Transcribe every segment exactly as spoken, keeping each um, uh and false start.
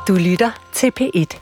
Du lytter til P et.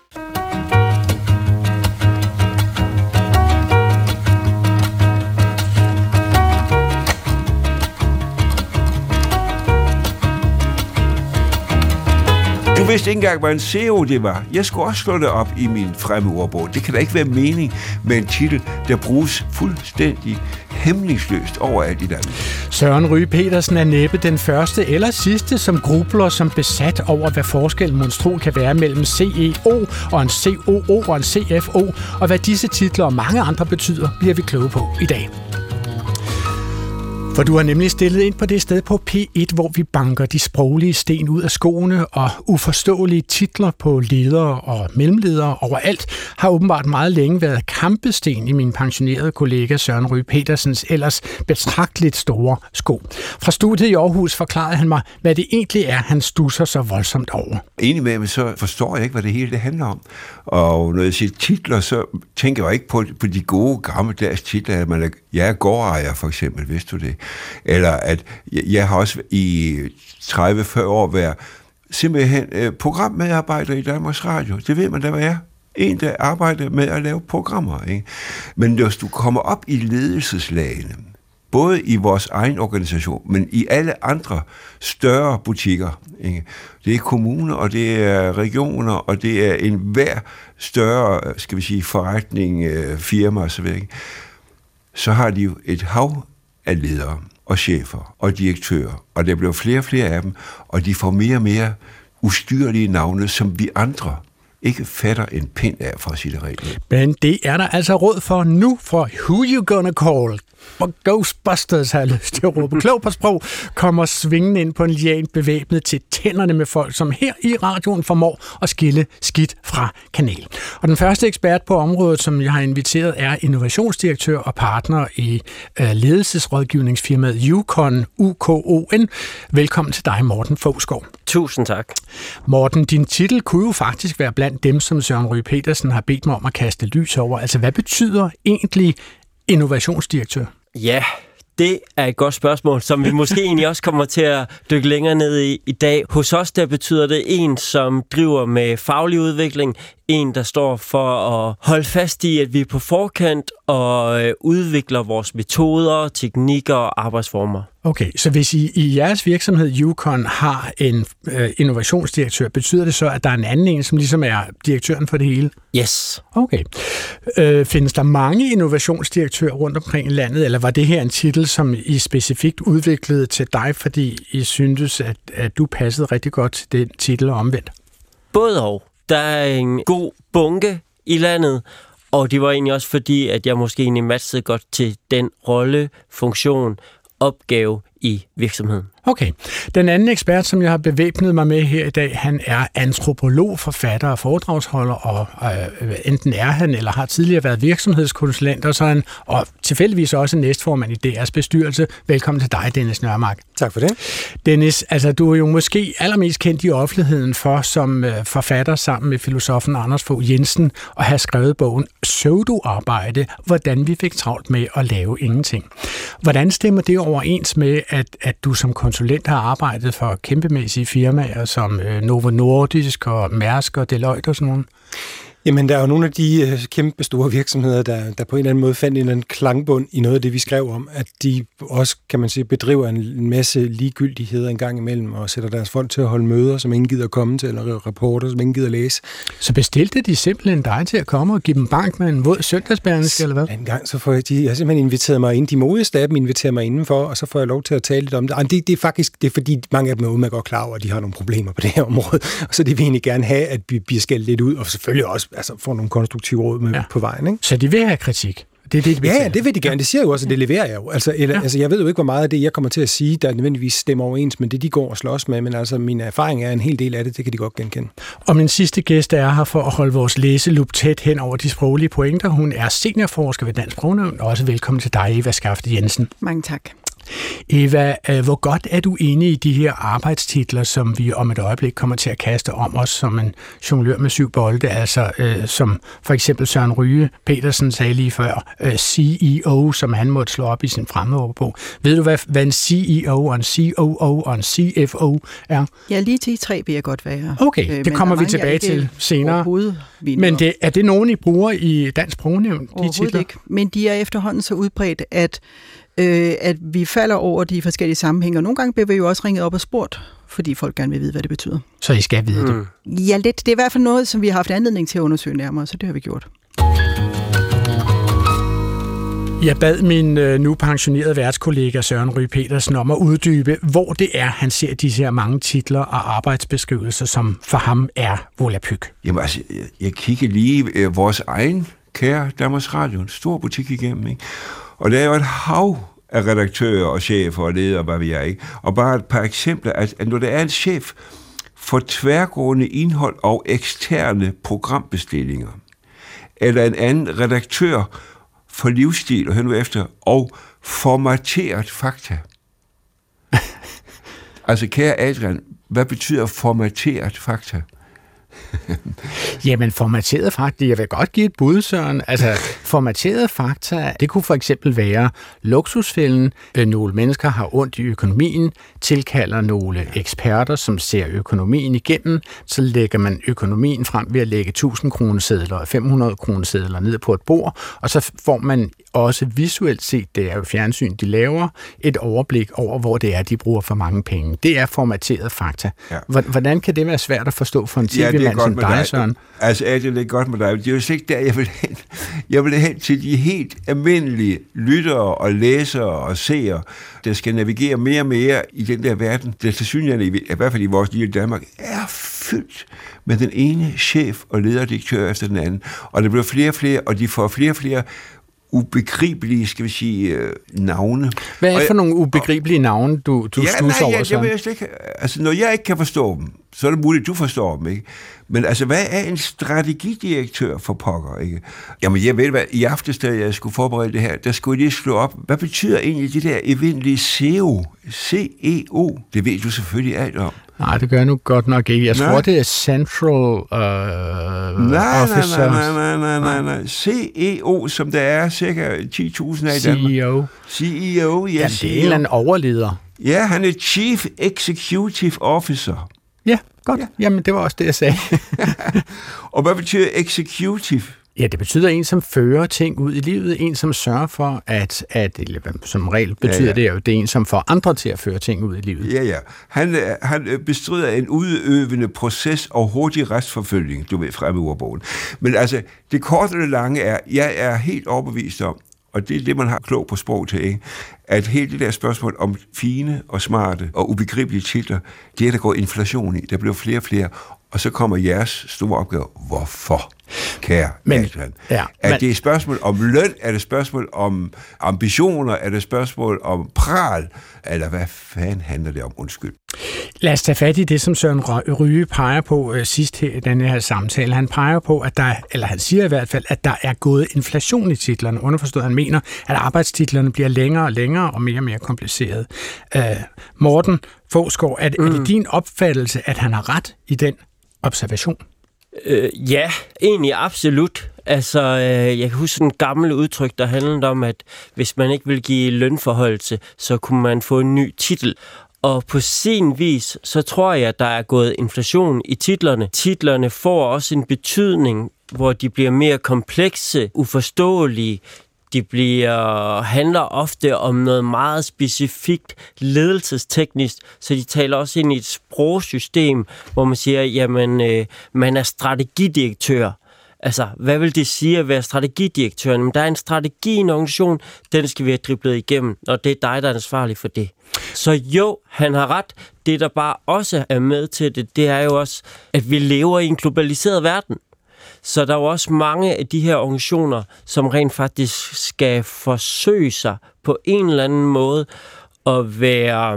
Du vidste ikke engang, hvad en S E O det var. Jeg skulle også slå det op i min fremmedordbog. Det kan da ikke være mening med en titel, der bruges fuldstændig hæmningsløst overalt i Danmark. Søren Ryge Petersen er næppe den første eller sidste, som grubler som besat over, hvad forskellen monstro kan være mellem C E O og en C O O og en C F O, og hvad disse titler og mange andre betyder, bliver vi kloge på i dag. For du har nemlig stillet ind på det sted på P et, hvor vi banker de sproglige sten ud af skoene, og uforståelige titler på ledere og mellemledere overalt har åbenbart meget længe været kampesten i min pensionerede kollega Søren Ryge Petersens ellers betragteligt store sko. Fra studiet i Aarhus forklarede han mig, hvad det egentlig er, han stusser så voldsomt over. Enig med mig, så forstår jeg ikke, hvad det hele det handler om. Og når jeg siger titler, så tænker jeg ikke på, på de gode gammeldags titler, at man er, jeg er gårdejer for eksempel, vidste du det? Eller at jeg har også i tredive til fyrre år været simpelthen øh, programmedarbejder i Danmarks Radio. Det ved man da, hvad er. En, der arbejder med at lave programmer. Ikke? Men hvis du kommer op i ledelseslagene, både i vores egen organisation, men i alle andre større butikker, ikke? Det er kommuner, og det er regioner, og det er en hver større, skal vi sige, forretning, firma og så videre, ikke? Så har de jo et hav af ledere og chefer og direktører, og der bliver flere og flere af dem, og de får mere og mere ustyrlige navne, som vi andre ikke fatter en pind af, for at sige det rigtigt. Men det er der altså råd for nu, for Who You Gonna Call? Og Ghostbusters, har jeg lyst til at råbe. Klog på sprog kommer svingende ind på en lian bevæbnet til tænderne med folk, som her i radioen formår at skille skidt fra kanel. Og den første ekspert på området, som jeg har inviteret, er innovationsdirektør og partner i uh, ledelsesrådgivningsfirmaet Yukon, U K O N. Velkommen til dig, Morten Fogsgaard. Tusind tak. Morten, din titel kunne jo faktisk være blandt dem, som Søren Ryge Petersen har bedt mig om at kaste lys over. Altså, hvad betyder egentlig innovationsdirektør? Ja, det er et godt spørgsmål, som vi måske egentlig også kommer til at dykke længere ned i i dag. Hos os der betyder det en, som driver med faglig udvikling, en, der står for at holde fast i, at vi er på forkant og udvikler vores metoder, teknikker og arbejdsformer. Okay, så hvis I i jeres virksomhed Yukon har en øh, innovationsdirektør, betyder det så, at der er en anden en, som ligesom er direktøren for det hele? Yes. Okay. Øh, findes der mange innovationsdirektører rundt omkring i landet, eller var det her en titel, som I specifikt udviklede til dig, fordi I syntes, at, at du passede rigtig godt til den titel og omvendt? Både og. Der er en god bunke i landet, og det var egentlig også fordi, at jeg måske egentlig matchede godt til den rolle, funktion, opgave i virksomheden. Okay. Den anden ekspert, som jeg har bevæbnet mig med her i dag, han er antropolog, forfatter og foredragsholder, og øh, enten er han eller har tidligere været virksomhedskonsulent, og så han, og tilfældigvis også næstformand i D R's bestyrelse. Velkommen til dig, Dennis Nørmark. Tak for det. Dennis, altså du er jo måske allermest kendt i offentligheden for som øh, forfatter sammen med filosofen Anders Fogh Jensen og have skrevet bogen Pseudoarbejde, hvordan vi fik travlt med at lave ingenting. Hvordan stemmer det overens med, at, at du som konsulent har arbejdet for kæmpemæssige firmaer som øh, Novo Nordisk og Mærsk og Deloitte og sådan noget? Jamen, der er jo nogle af de øh, kæmpe store virksomheder, der, der på en eller anden måde fandt en eller anden klangbund i noget af det, vi skrev om, at de også, kan man sige, bedriver en masse ligegyldigheder en gang imellem, og sætter deres folk til at holde møder, som ingen gider komme til, eller rapporter, som ingen gider læse. Så bestilte de simpelthen dig til at komme og give dem bank med en våd søndagsberlingske, eller hvad? En gang så får jeg, de har simpelthen inviteret mig ind, de modigste af dem inviterer mig indenfor, og så får jeg lov til at tale lidt om det. Det, det er faktisk, det er fordi mange af dem er udmærket godt klar over, at de har nogle problemer på det her område, og så de vil egentlig gerne have, at vi bliver skældt lidt ud, og selvfølgelig også altså, får nogle konstruktive råd med ja. på vejen. Ikke? Så de vil have kritik? Det er det, de ja, ja, det vil de gerne. Det siger jo også, at det leverer jeg jo. Altså, eller, ja. altså, jeg ved jo ikke, hvor meget af det, jeg kommer til at sige, der nødvendigvis stemmer overens med det, de går og slås med, men altså, min erfaring er en hel del af det, det kan de godt genkende. Og min sidste gæst er her for at holde vores læselup tæt hen over de sproglige pointer. Hun er seniorforsker ved Dansk Sprognævn, og også velkommen til dig, Eva Skafte Jensen. Mange tak. Eva, hvor godt er du inde i de her arbejdstitler, som vi om et øjeblik kommer til at kaste om os som en jonglør med syv bolde, altså øh, som for eksempel Søren Ryge Petersen sagde lige før, øh, C E O, som han måtte slå op i sin fremmedordbog. Ved du, hvad, hvad en C E O og en C O O og en C F O er? Ja, lige til tre vil jeg godt være. Okay, øh, det kommer vi tilbage til senere. Men det, er det nogen, I bruger i Dansk Sprognævn, de titler? Ikke, men de er efterhånden så udbredt, at Øh, at vi falder over de forskellige sammenhænge, og nogle gange bliver vi jo også ringet op og spurgt, fordi folk gerne vil vide, hvad det betyder. Så I skal vide det? Mm. Ja, lidt. Det er i hvert fald noget, som vi har haft anledning til at undersøge nærmere, så det har vi gjort. Jeg bad min øh, nu pensionerede værtskollega Søren Ryge Petersen om at uddybe, hvor det er, han ser disse her mange titler og arbejdsbeskrivelser, som for ham er volapyk. Jamen altså, jeg, jeg kigger lige øh, vores egen kære Danmarks Radio, en stor butik igennem, ikke? Og der er jo et hav af redaktører og chefer og ledere, hvad ved jeg ikke. Og bare et par eksempler, at, at når der er en chef for tværgående indhold og eksterne programbestillinger, eller en anden redaktør for livsstil, og hør nu efter, og formateret fakta. Altså, kære Adrian, hvad betyder formateret fakta? Jamen, formateret fakta, jeg vil godt give et bud, Søren. Altså, formateret fakta, det kunne for eksempel være luksusfælden. Nogle mennesker har ondt i økonomien, tilkalder nogle eksperter, som ser økonomien igennem, så lægger man økonomien frem ved at lægge tusind kronesedler og fem hundrede kronesedler ned på et bord, og så får man også visuelt set, det er jo fjernsyn, de laver, et overblik over, hvor det er, de bruger for mange penge. Det er formateret fakta. Ja. Hvordan kan det være svært at forstå for en tv-mand som dig, Søren? Altså, er det lidt godt med dig? Det er jo slet ikke der, jeg vil hen. Jeg vil hen til de helt almindelige lyttere og læsere og seere, der skal navigere mere og mere i den der verden, der tilsyneladende, i hvert fald i vores lille Danmark, er fyldt med den ene chef og lederdirektør efter den anden. Og der bliver flere og flere, og de får flere og flere ubegribelige, skal vi sige, øh, navne. Hvad er det for nogle ubegribelige navne, du, du ja, stusser over, Søren? Jeg, jeg, jeg, altså, når jeg ikke kan forstå dem, så er det muligt, at du forstår dem, ikke? Men altså, hvad er en strategidirektør for pokker, ikke? Jamen, jeg ved hvad, i aftes, da jeg skulle forberede det her, der skulle jeg lige slå op, hvad betyder egentlig det der evindelige C E O? C E O? Det ved du selvfølgelig alt om. Nej, det gør jeg nu godt nok ikke. Jeg nej. tror, det er Central uh, nej, Officer. Nej, nej, nej, nej, nej. C E O, som der er cirka ti tusind af i Danmark. C E O. C E O, ja. Jamen, det er en eller anden overleder. Ja, han er Chief Executive Officer. Ja, godt. Ja. Jamen, det var også det, jeg sagde. Og hvad betyder executive? Ja, det betyder en, som fører ting ud i livet. En, som sørger for, at, at som regel betyder ja, ja. det jo, det er en, som får andre til at føre ting ud i livet. Ja, ja. Han, han bestrider en udøvende proces og hurtig retsforfølgning, du ved, fremme ordbogen. Men altså, det korte og det lange er, jeg er helt overbevist om, og det er det, man har klog på sprog til, ikke? At hele det der spørgsmål om fine og smarte og ubegribelige titler, det er, der går inflation i. Der bliver flere og flere. Og så kommer jeres store opgave. Hvorfor, kære men, Adrian? Ja, er men, det et spørgsmål om løn? Er det et spørgsmål om ambitioner? Er det et spørgsmål om pral? Eller hvad fanden handler det om? Undskyld. Lad os tage fat i det, som Søren Ryge peger på uh, sidst her i denne her samtale. Han peger på, at der, eller han siger i hvert fald, at der er gået inflation i titlerne. Underforstået, han mener, at arbejdstitlerne bliver længere og længere og mere og mere komplicerede. Uh, Morten Fogsgaard, er, mm. er det din opfattelse, at han har ret i den observation? Øh, ja, egentlig absolut. Altså, øh, jeg kan huske sådan et gammelt udtryk, der handlede om, at hvis man ikke vil give lønforholdelse, så kunne man få en ny titel. Og på sin vis, så tror jeg, at der er gået inflation i titlerne. Titlerne får også en betydning, hvor de bliver mere komplekse, uforståelige. De bliver, handler ofte om noget meget specifikt ledelsesteknisk, så de taler også ind i et sprogsystem, hvor man siger, jamen, øh, man er strategidirektør. Altså, hvad vil det sige at være strategidirektør? Men der er en strategi i en organisation, den skal vi have driblet igennem, og det er dig, der er ansvarlig for det. Så jo, han har ret. Det, der bare også er med til det, det er jo også, at vi lever i en globaliseret verden. Så der er jo også mange af de her organisationer, som rent faktisk skal forsøge sig på en eller anden måde at være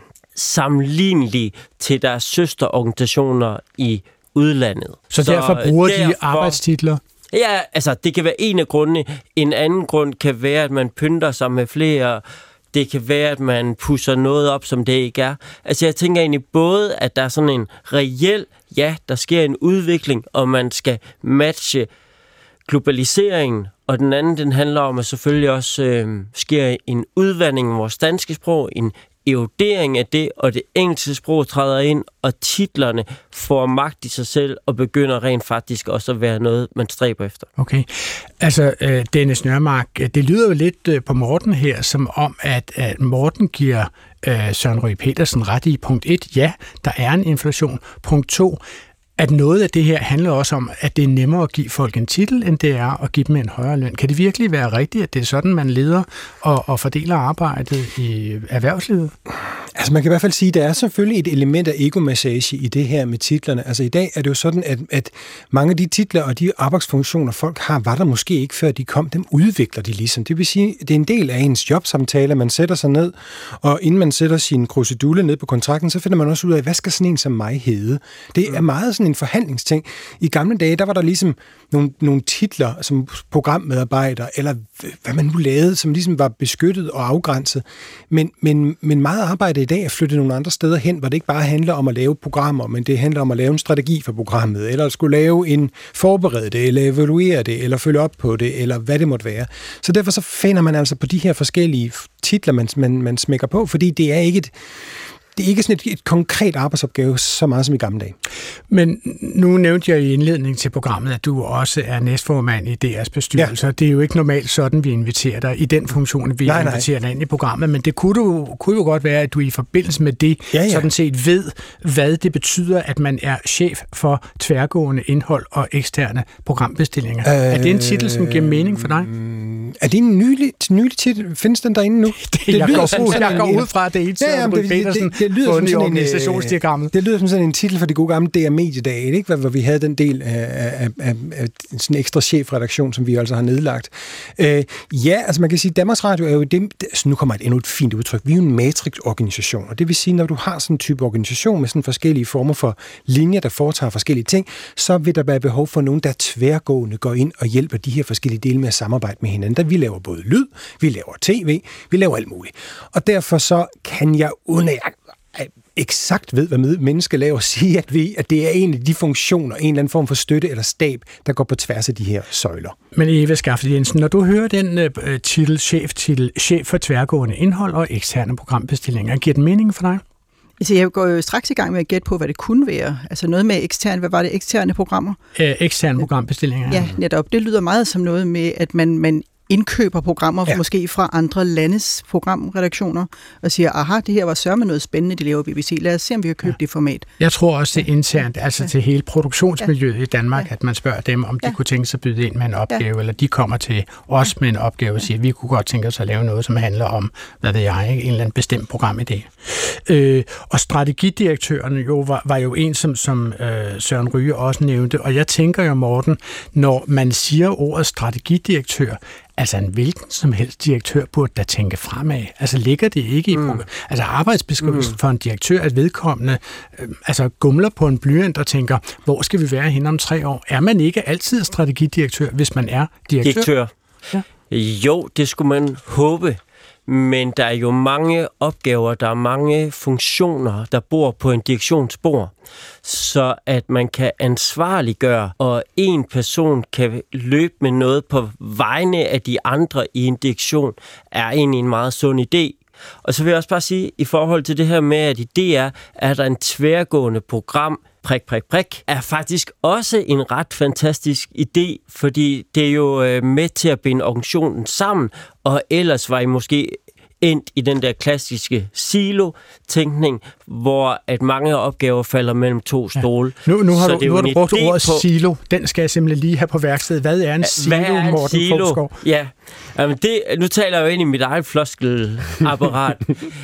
sammenlignelige til deres søsterorganisationer i udlandet. Så, så derfor bruger derfor, de arbejdstitler? Ja, altså det kan være en af grundene. En anden grund kan være, at man pynter sig med flere Det kan være, at man pusser noget op, som det ikke er. Altså jeg tænker egentlig både, at der er sådan en reel, ja, der sker en udvikling, og man skal matche globaliseringen, og den anden, den handler om, at selvfølgelig også øh, sker en udvandring af vores danske sprog, en erodering af det, og det engelske sprog træder ind, og titlerne får magt i sig selv, og begynder rent faktisk også at være noget, man stræber efter. Okay. Altså, øh, Dennis Nørmark, det lyder jo lidt øh, på Morten her, som om, at, at Morten giver øh, Søren Ryge Petersen ret i punkt et. Ja, der er en inflation. Punkt to, at noget af det her handler også om, at det er nemmere at give folk en titel, end det er at give dem en højere løn. Kan det virkelig være rigtigt, at det er sådan, man leder og, og fordeler arbejdet i erhvervslivet? Altså man kan i hvert fald sige, at der er selvfølgelig et element af egomassage i det her med titlerne. Altså i dag er det jo sådan, at, at mange af de titler og de arbejdsfunktioner, folk har, var der måske ikke, før de kom. Dem udvikler de ligesom. Det vil sige, det er en del af ens jobsamtale, man sætter sig ned, og inden man sætter sin krusedulle ned på kontrakten, så finder man også ud af, hvad skal sådan en som mig hedde? Det er meget sådan en forhandlingsting. I gamle dage, der var der ligesom nogle, nogle titler som programmedarbejder, eller hvad man nu lavede, som ligesom var beskyttet og afgrænset. Men, men, men meget arbejde i dag er flyttet nogle andre steder hen, hvor det ikke bare handler om at lave programmer, men det handler om at lave en strategi for programmet, eller at skulle lave en forberede det, eller evaluere det, eller følge op på det, eller hvad det måtte være. Så derfor så finder man altså på de her forskellige titler, man, man, man smækker på, fordi det er ikke et Det er ikke sådan et, et konkret arbejdsopgave, så meget som i gamle dage. Men nu nævnte jeg i indledningen til programmet, at du også er næstformand i D R's bestyrelse. Ja. Det er jo ikke normalt sådan, vi inviterer dig i den funktion, vi nej, inviterer nej. dig ind i programmet, men det kunne, du, kunne jo godt være, at du i forbindelse med det ja, ja. sådan set ved, hvad det betyder, at man er chef for tværgående indhold og eksterne programbestillinger. Øh, er det en titel, som giver mening for dig? Er det en nylig, nylig titel? Findes den derinde nu? Det, det jeg, går, sådan, jeg går ud fra, at det er et ja, det, det, det lyder som sådan en, det lyder som sådan en titel for de gode gamle D R Mediedage, ikke? Hvor vi havde den del af, af, af, af sådan en ekstra chefredaktion, som vi altså har nedlagt. Øh, ja, altså man kan sige, Danmarks Radio er jo det, altså nu kommer et endnu et fint udtryk, vi er jo en matrix-organisation, og det vil sige, når du har sådan en type organisation med sådan forskellige former for linjer, der foretager forskellige ting, så vil der være behov for nogen, der tværgående går ind og hjælper de her forskellige dele med at samarbejde med hinanden. Der vi laver både lyd, vi laver tv, vi laver alt muligt. Og derfor så kan jeg uden at jeg eksakt ved, hvad mennesker laver, sige, at, vi, at det er en af de funktioner, en eller anden form for støtte eller stab, der går på tværs af de her søjler. Men Eva Skafte Jensen, når du hører den uh, titel, chef-titel, chef for tværgående indhold og eksterne programbestillinger, giver den mening for dig? Altså, jeg går jo straks i gang med at gætte på, hvad det kunne være. Altså noget med eksterne, hvad var det, eksterne programmer? Æ, eksterne programbestillinger. Ja, netop. Det lyder meget som noget med, at man, man indkøber programmer, ja. måske fra andre landes programredaktioner, og siger, aha, det her var sørme noget spændende, de laver B B C. Lad os se, om vi kan købe ja. det format. Jeg tror også, det er internt, altså ja. til hele produktionsmiljøet ja. i Danmark, ja. at man spørger dem, om de ja. kunne tænke sig at byde ind med en opgave, ja. eller de kommer til os med en opgave og siger, vi kunne godt tænke os at lave noget, som handler om, hvad ved jeg, en eller anden bestemt programidé. Øh, og strategidirektøren jo var, var jo en, som, som øh, Søren Ryge også nævnte, og jeg tænker jo, Morten, når man siger ordet strategidirektør, altså en hvilken som helst direktør burde da tænke fremad. Altså ligger det ikke i mm. altså arbejdsbeskrivelsen mm. for en direktør, at vedkommende øh, altså gumler på en blyant og tænker, hvor skal vi være hen om tre år? Er man ikke altid strategidirektør, hvis man er direktør? Direktør. Ja. Jo, det skulle man håbe. Men der er jo mange opgaver, der er mange funktioner, der bor på en direktionsbord, så at man kan ansvarliggøre, og en person kan løbe med noget på vegne af de andre i en direktion, er egentlig en meget sund idé. Og så vil jeg også bare sige, i forhold til det her med, at i D R er der en tværgående program, prik, prik, prik, er faktisk også en ret fantastisk idé, fordi det er jo med til at binde organisationen sammen, og ellers var I måske endt i den der klassiske silo-tænkning, hvor at mange opgaver falder mellem to stole. Ja. Nu, nu har, du, nu har du brugt ordet på silo. Den skal jeg simpelthen lige have på værkstedet. Hvad er en silo, Hvad er en Morten silo? Fogskov? Ja, Jamen det, nu taler jeg jo ind i mit eget floskelapparat.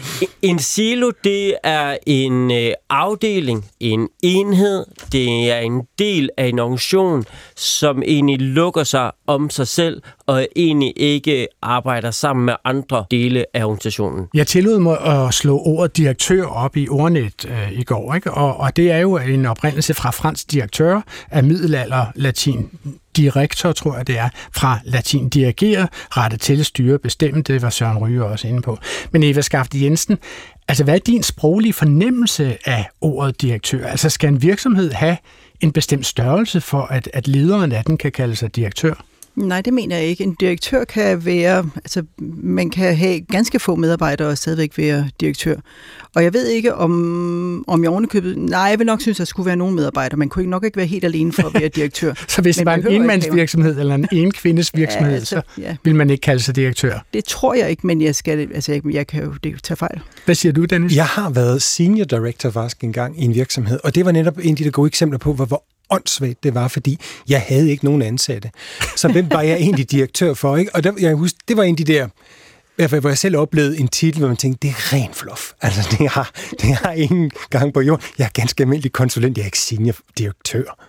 En silo, det er en øh, afdeling, en enhed, det er en del af en organisation, som egentlig lukker sig om sig selv, og egentlig ikke arbejder sammen med andre dele af organisationen. Jeg tillod mig at slå ordet direktør op i ordnet øh, i går, ikke? Og, og det er jo en oprindelse fra fransk direktør af middelalder latin. Direktor, tror jeg det er, fra latin dirigere, rette til, styre, bestemme. Det var Søren Ryge også inde på. Men Eva Skafte Jensen, altså hvad er din sproglige fornemmelse af ordet direktør? Altså skal en virksomhed have en bestemt størrelse for, at, at lederen af den kan kalde sig direktør? Nej, det mener jeg ikke. En direktør kan være, altså man kan have ganske få medarbejdere og stadigvæk være direktør. Og jeg ved ikke, om, om jeg ovenikøbet, nej, jeg vil nok synes, at der skulle være nogen medarbejdere. Man kunne ikke nok ikke være helt alene for at være direktør. Så hvis det var en enmandsvirksomhed eller en enkvindes virksomhed, ja, altså, så ja. vil man ikke kalde sig direktør? Det tror jeg ikke, men jeg, skal, altså, jeg, jeg kan jo det, tage fejl. Hvad siger du, Dennis? Jeg har været senior director faktisk engang i en virksomhed, og det var netop en af de der gode eksempler på, hvor, hvor åndssvagt det var, fordi jeg havde ikke nogen ansatte. Så hvem var jeg egentlig direktør for, ikke? Og der, jeg husker, det var en af de der, i hvert fald, hvor jeg selv oplevede en titel, hvor man tænkte, det er ren fluff. Altså, det har, det har ingen gang på jorden. Jeg er ganske almindelig konsulent, jeg er ikke senior direktør.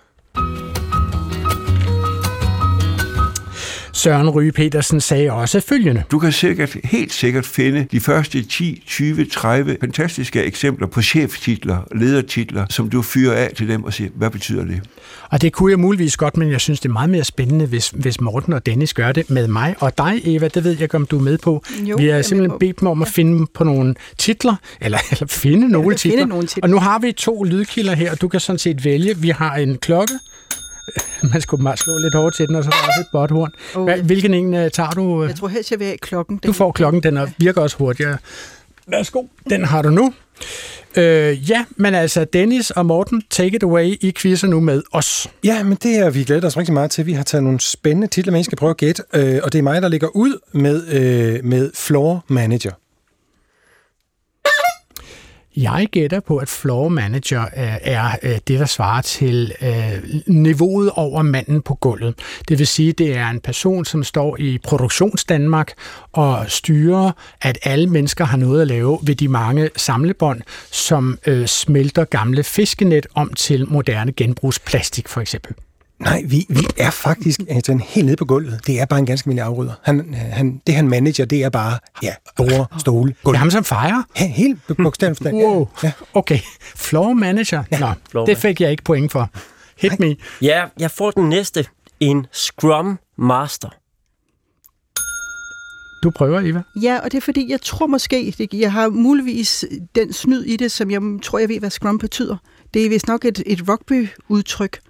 Søren Ryge Petersen sagde også følgende. Du kan sikkert, helt sikkert finde de første ti, tyve, tredive fantastiske eksempler på cheftitler, ledertitler, som du fyrer af til dem og siger, hvad betyder det? Og det kunne jeg muligvis godt, men jeg synes, det er meget mere spændende, hvis, hvis Morten og Dennis gør det med mig. Og dig, Eva, det ved jeg ikke, om du er med på. Jo, vi har simpelthen bedt dem om at finde på nogle titler, eller, eller finde ja, nogle titler. Finde nogle titler. Og nu har vi to lydkilder her, og du kan sådan set vælge. Vi har en klokke. Man skulle bare slå lidt hårdt til den, og så var der også et botthorn. Okay. Hvilken en uh, tager du? Jeg tror helst, jeg vil have klokken. Den du får klokken, den virker også hurtigere. Værsgo, den har du nu. Øh, ja, men altså Dennis og Morten, take it away. I quizzer nu med os. Ja, men det er vi glæder os rigtig meget til. Vi har taget nogle spændende titler, man skal prøve at gætte. Øh, og det er mig, der ligger ud med, øh, med Floor Manager. Jeg gætter på, at floor manager er det, der svarer til niveauet over manden på gulvet. Det vil sige, at det er en person, som står i produktionsdanmark og styrer, at alle mennesker har noget at lave ved de mange samlebånd, som smelter gamle fiskenet om til moderne genbrugsplastik, for eksempel. Nej, vi, vi er faktisk altså, helt nede på gulvet. Det er bare en ganske almindelig afrydder. Han, han, det, han manager, det er bare ja, store stole. Det er ham, som fejrer? Ja, helt bogstaveligt. Wow, ja. Okay. Floor manager? Ja. Nå, Floor det fik jeg ikke point for. Hit me. Ja, jeg får den næste. En Scrum Master. Du prøver, Eva? Ja, og det er fordi, jeg tror måske, jeg har muligvis den snyd i det, som jeg tror, jeg ved, hvad Scrum betyder. Det er vist nok et, et rugby-udtryk.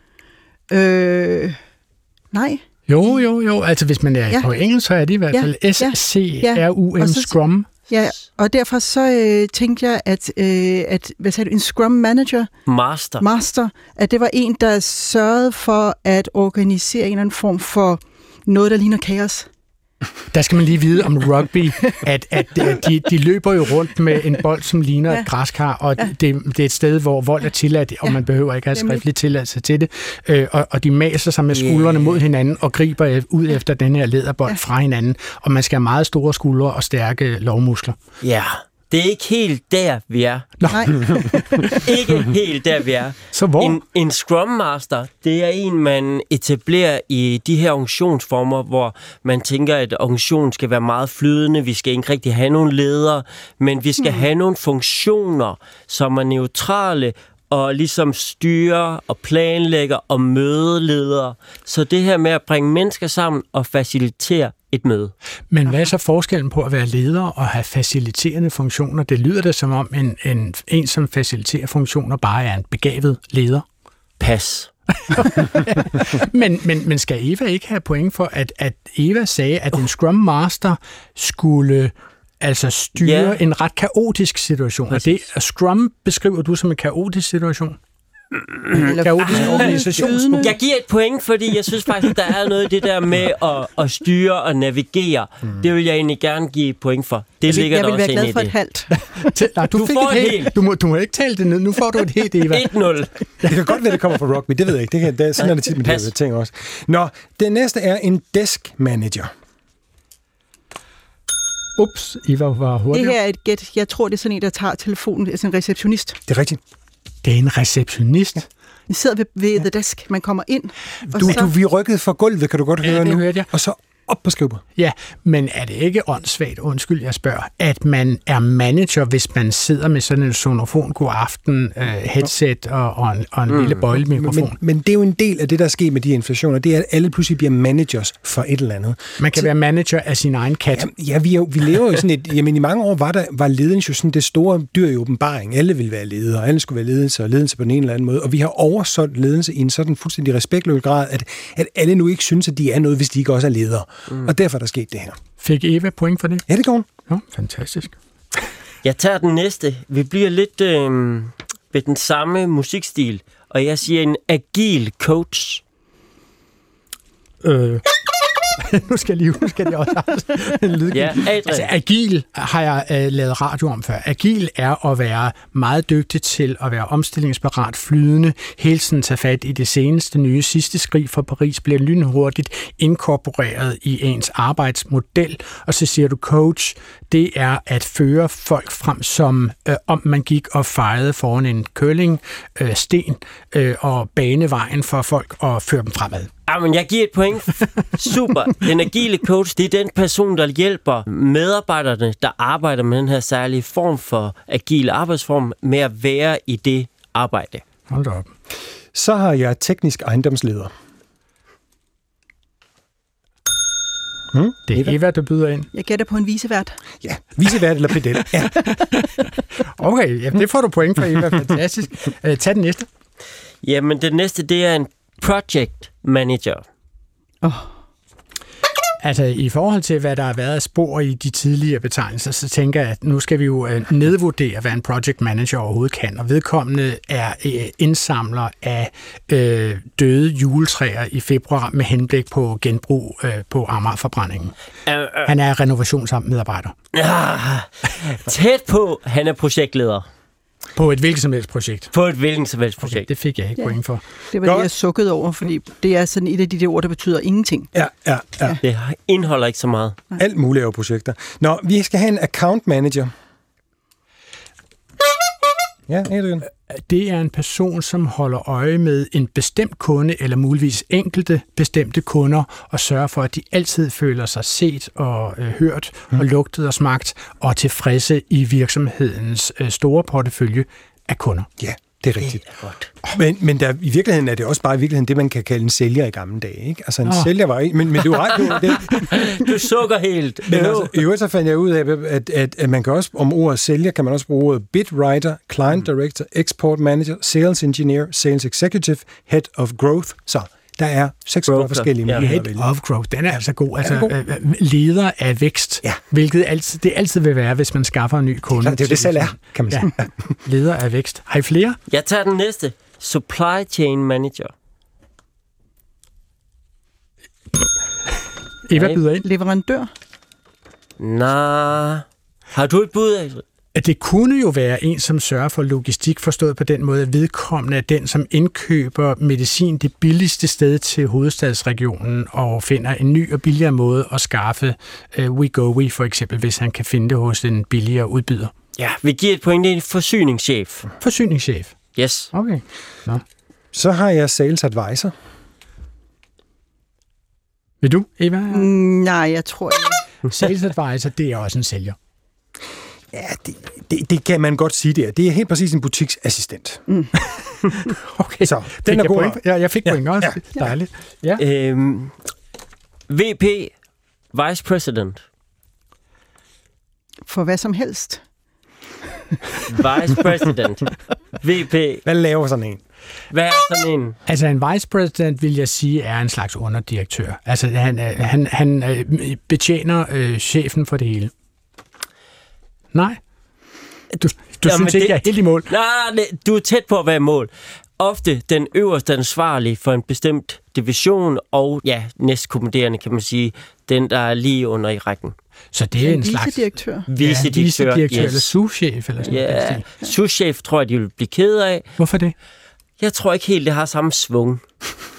Øh, nej. Jo, jo, jo. Altså, hvis man er ja. på engelsk, så er det i hvert fald ja. S C R U M, ja. Scrum. Ja, og derfor så øh, tænkte jeg, at, øh, at hvad sagde du, en Scrum Manager? Master. Master. At det var en, der sørgede for at organisere en eller anden form for noget, der ligner kaos. Der skal man lige vide om rugby, at, at de, de løber jo rundt med en bold, som ligner ja. et græskar, og ja. det, det er et sted, hvor vold er tilladt, og ja. man behøver ikke have skriftlig tilladelse til det. Øh, og, og de maser sig med skuldrene yeah. mod hinanden og griber ud efter den her læderbold ja. fra hinanden, og man skal have meget store skuldre og stærke lovmuskler. Ja, det er ikke helt der, vi er. Nej. Ikke helt der, vi er. Så hvor? En, en Scrum Master, det er en, man etablerer i de her organisationsformer, hvor man tænker, at organisationen skal være meget flydende, vi skal ikke rigtig have nogle ledere, men vi skal mm. have nogle funktioner, som er neutrale, og ligesom styre og planlægger og mødeledere. Så det her med at bringe mennesker sammen og facilitere et møde. Men hvad er så forskellen på at være leder og have faciliterende funktioner? Det lyder da som om en, en, en som faciliterer funktioner bare er en begavet leder. Pas. men, men, men skal Eva ikke have point for, at, at Eva sagde, at en Scrum Master skulle altså styre ja. en ret kaotisk situation? Og det, Scrum beskriver du som en kaotisk situation? Kaotisk organisation. Jeg giver et point, fordi jeg synes faktisk, at der er noget i det der med at, at styre og navigere. Mm. Det vil jeg egentlig gerne give et point for. Det altså, ligger jeg der også ind i det. Jeg vil være glad for et halvt. Nej, du, du fik får et helt. Du må, du må ikke tale det ned. Nu får du et helt, Eva. et nul. Det kan godt være, det kommer fra rugby. Det ved jeg ikke. Det kan, det, sådan er det tit med de her ting også. Nå, det næste er en desk manager. Ups, Eva var hurtig. Det her er et gæt. Jeg tror, det er sådan en, der tager telefonen. Det er sådan en receptionist. Det er rigtigt. Det er en receptionist. Ja. Vi sidder ved, ved ja. the desk. Man kommer ind. Og du, så... du, vi rykkede fra gulvet, kan du godt ja, høre det nu. Hørte jeg. Og så op på skrivebordet. Ja, men er det ikke åndssvagt, undskyld jeg spørger, at man er manager, hvis man sidder med sådan en sonofon god aften, øh, headset og, og en, og en mm. lille bøjlemikrofon? Men, men det er jo en del af det, der sker med de inflationer, det er, at alle pludselig bliver managers for et eller andet. Man kan Så, være manager af sin egen kat. Ja, ja vi, er, vi lever jo sådan et... Jamen, i mange år var, der, var ledelse jo sådan det store dyr i åbenbaring. Alle ville være ledere, alle skulle være ledelse og ledelse på den ene eller anden måde. Og vi har oversolgt ledelse i en sådan fuldstændig respektløs grad, at, at alle nu ikke synes, at de er noget, hvis de ikke også er ledere. Mm. Og derfor er der sket det her. Fik Eva point for det? Ja, det går. Ja, fantastisk. Jeg tager den næste. Vi bliver lidt øh, ved den samme musikstil, og jeg siger en agil coach. Øh... nu skal jeg lige huske, at jeg også har en lydkig. Ja, altså, agil har jeg uh, lavet radio om før. Agil er at være meget dygtig til at være omstillingsparat, flydende, hele tiden tage fat i det seneste nye. Sidste skrig fra Paris bliver lynhurtigt inkorporeret i ens arbejdsmodel. Og så siger du coach, det er at føre folk frem, som øh, om man gik og fejrede foran en curling øh, sten øh, og bane vejen for folk og føre dem fremad. Jamen, jeg giver et point. Super. Den agile coach, det er den person, der hjælper medarbejderne, der arbejder med den her særlige form for agile arbejdsform, med at være i det arbejde. Hold da op. Så har jeg teknisk ejendomsleder. Hmm? Det er Eva, der byder ind. Jeg gætter på en visevært. Ja, visevært eller pedel. Ja. Okay, ja, det får du point for, Eva. Fantastisk. Uh, tag den næste. Jamen, den næste, det er en project manager. Oh. Altså, i forhold til, hvad der har været af spor i de tidligere betegnelser, så tænker jeg, at nu skal vi jo øh, nedvurdere, hvad en project manager overhovedet kan. Og vedkommende er øh, indsamler af øh, døde juletræer i februar med henblik på genbrug øh, på Amagerforbrændingen. Uh, uh. Han er renovationsmedarbejder. Ah, tæt på, han er projektleder. På et hvilket som helst projekt. På et hvilket som helst projekt. Okay, det fik jeg ikke ja. point for. Det var Godt. Det, jeg sukkede over, fordi det er sådan et af de der ord, der betyder ingenting. Ja, ja, ja. Det indeholder ikke så meget. Nej. Alt muligt af projekter. Nå, vi skal have en account manager. Ja, Adrian. Det er en person, som holder øje med en bestemt kunde, eller muligvis enkelte bestemte kunder, og sørger for, at de altid føler sig set og øh, hørt, hmm. og lugtet og smagt, og tilfredse i virksomhedens øh, store portefølje af kunder. Ja, det er rigtigt. Det er godt. Men, men der, i virkeligheden er det også bare i virkeligheden det, man kan kalde en sælger i gamle dage. Ikke? Altså en oh. sælger var ikke... Men, men du har ret. Det, du sukker helt. Men altså, i øvrigt så fandt jeg ud af, at, at, at man kan også, om ordet sælger, kan man også bruge ordet bid writer, client director, export manager, sales engineer, sales executive, head of growth. Så der er seksogfyrre forskellige ja, muligheder. Head of growth, den er altså god. Altså, god. Leder af vækst, ja. Hvilket altid, det altid vil være, hvis man skaffer en ny kunde. Det er det, det selv er, kan man sige. Ja. Leder af vækst. Har I flere? Jeg tager den næste. Supply chain manager. Eva byder ind. Leverandør. Nej. Har du et bud, Adrian? Det kunne jo være en, som sørger for logistik, forstået på den måde, at vedkommende er den, som indkøber medicin det billigste sted til hovedstadsregionen og finder en ny og billigere måde at skaffe uh, Wegovy for eksempel, hvis han kan finde det hos en billigere udbyder. Ja, vi giver et point, det er en forsyningschef. Forsyningschef? Yes. Okay. Nå. Så har jeg sales advisor. Vil du, Eva? Mm, nej, jeg tror ikke. Sales advisor, det er også en sælger. Ja, det, det, det kan man godt sige, det er. Det er helt præcis en butiksassistent. Mm. Okay, så den er god. Point? Ja, jeg fik point ja, også. Ja. Dejligt. Ja. Øhm, V P, Vice President. For hvad som helst. Vice President. V P. Hvad laver sådan en? Hvad er sådan en? Altså en vice president, vil jeg sige, er en slags underdirektør. Altså han, han, han betjener øh, chefen for det hele. Nej. Du, du synes ikke, det, jeg er helt i mål? Nej, du er tæt på at være i mål. Ofte den øverste ansvarlige for en bestemt division, og ja, næstkommanderende kan man sige, den der er lige under i rækken. Så det er en, en slags... Vicedirektør. Vicedirektør, vicedirektør yes. Eller souschef eller sådan ja, noget. Souschef tror jeg, de vil blive ked af. Hvorfor det? Jeg tror ikke helt, det har samme svung.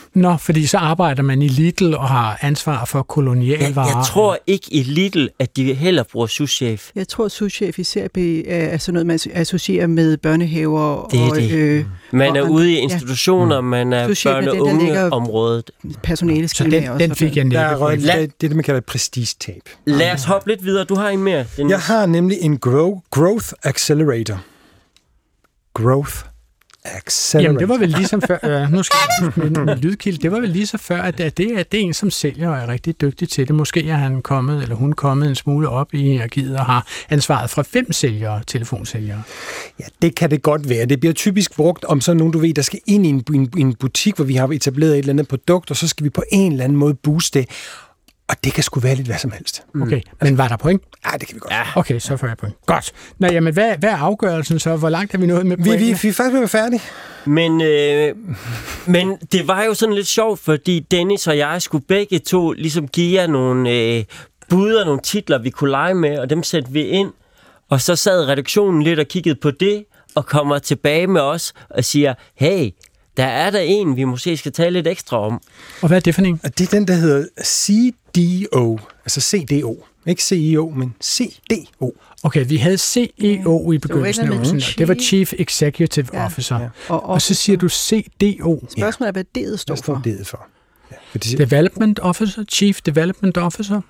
Nå, fordi så arbejder man i Lidl og har ansvar for kolonialvarer. Jeg, jeg tror ikke i Lidl, at de heller bruger souschef. Jeg tror, at souschef især er sådan noget, man associerer med børnehaver. Det er og, det. Øh, man er og ude i institutioner, ja. man er børne- og ungeområdet. Personaleskema den, den fik jeg Der er røget, netop. det er det, man kalder et prestigetab. Lad os hoppe lidt videre. Du har en mere. Den... Jeg har nemlig en grow, Growth Accelerator. Growth Accelerator. Jamen, det var vel ligesom før, øh, nu skal jeg med, med lydkilde, det var vel lige så før, at det er, det er en, som sælger og er rigtig dygtig til det. Måske er han kommet, eller hun kommet en smule op i hierarkiet og har ansvaret fra fem sælgere, telefonsælgere. Ja, det kan det godt være. Det bliver typisk brugt om sådan nogen, du ved, der skal ind i en, en, en butik, hvor vi har etableret et eller andet produkt, og så skal vi på en eller anden måde booste det. Og det kan sgu være lidt hvad som helst. Okay, men var der point? Ja, det kan vi godt. Ja. Okay, så får jeg point. Godt. Nå, jamen, hvad, hvad er afgørelsen så? Hvor langt er vi nået med Vi, pointene? vi, vi er faktisk ved at være færdige. Men, øh, men det var jo sådan lidt sjovt, fordi Dennis og jeg skulle begge to ligesom give jer nogle øh, bud og nogle titler, vi kunne lege med, og dem satte vi ind. Og så sad redaktionen lidt og kiggede på det, og kommer tilbage med os og siger, hey, der er der en, vi måske skal tale lidt ekstra om. Og hvad er det for en? Og det er den, der hedder C D O. Altså C D O. Ikke C E O, men C D O. Okay, vi havde C E O i begyndelsen af ugen. Det var Chief Executive Ja. Officer. Ja. Og, Og så siger du C D O. Spørgsmålet er, hvad D'et står Hvad står for. det for? Ja, for det, Development Officer? Chief Development Officer?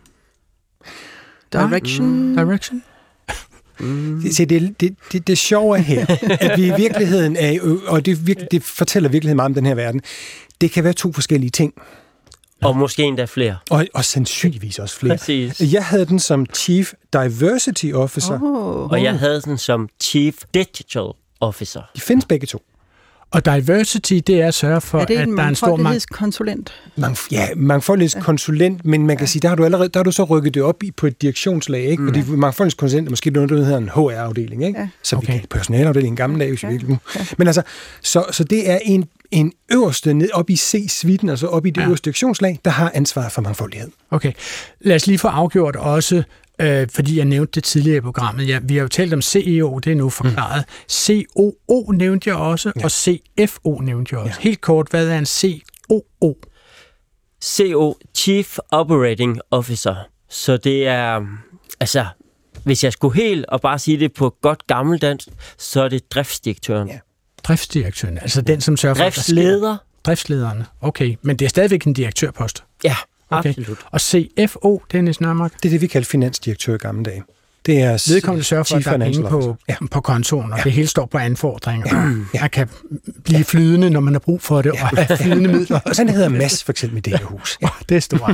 Direction. Direction? det, det, det, det, det sjove er her, at vi i virkeligheden er, og det, virke, det fortæller virkelig meget om den her verden, det kan være to forskellige ting. Og måske endda flere. Og, og sandsynligvis også flere. Præcis. Jeg havde den som Chief Diversity Officer. Oh. Og jeg havde den som Chief Digital Officer. De findes begge to. Og diversity, det er at sørge for, Er det at en der er en stor mangel. mangfoldighedskonsulent? Mangf- ja, mangfoldighedskonsulent, men man kan sige, der har du allerede der har du så rykket det op i på et direktionslag, ikke? Fordi mangfoldighedskonsulent er måske noget, der hedder en H R-afdeling, ikke? Ja. Så vi Okay. kan personalafdeling i gamle dage, hvis vi Ja. virkelig kunne. Men altså, så, så det er en, en øverste ned op i C-suiten, altså op i det Ja. øverste direktionslag, der har ansvaret for mangfoldighed. Okay, lad os lige få afgjort også, øh, fordi jeg nævnte det tidligere i programmet. Ja, vi har jo talt om C E O, det er nu forklaret. Mm. C O O nævnte jeg også, ja. Og C F O nævnte jeg også. Ja. Helt kort, hvad er en C O O? C O, Chief Operating Officer. Så det er, altså, hvis jeg skulle helt og bare sige det på godt gammeldansk, så er det driftsdirektøren. Ja. Driftsdirektøren, altså den, som sørger for, at der sker- Driftsleder. Driftslederne, okay. Men det er stadigvæk en direktørpost. Ja, Okay. absolut. Og C F O, Dennis Nørmark, Det er det, vi kalder finansdirektør i gamle dage. Det er vedkommende sørger for, at Chief der er penge Financial på, Officer. Ja. på kontoen, og Ja. det hele står på anfordring, og Ja. jeg kan blive flydende, når man har brug for det, og have flydende midler. Og sådan hedder Mads for eksempel i det her hus. Ja. Åh, det er stort.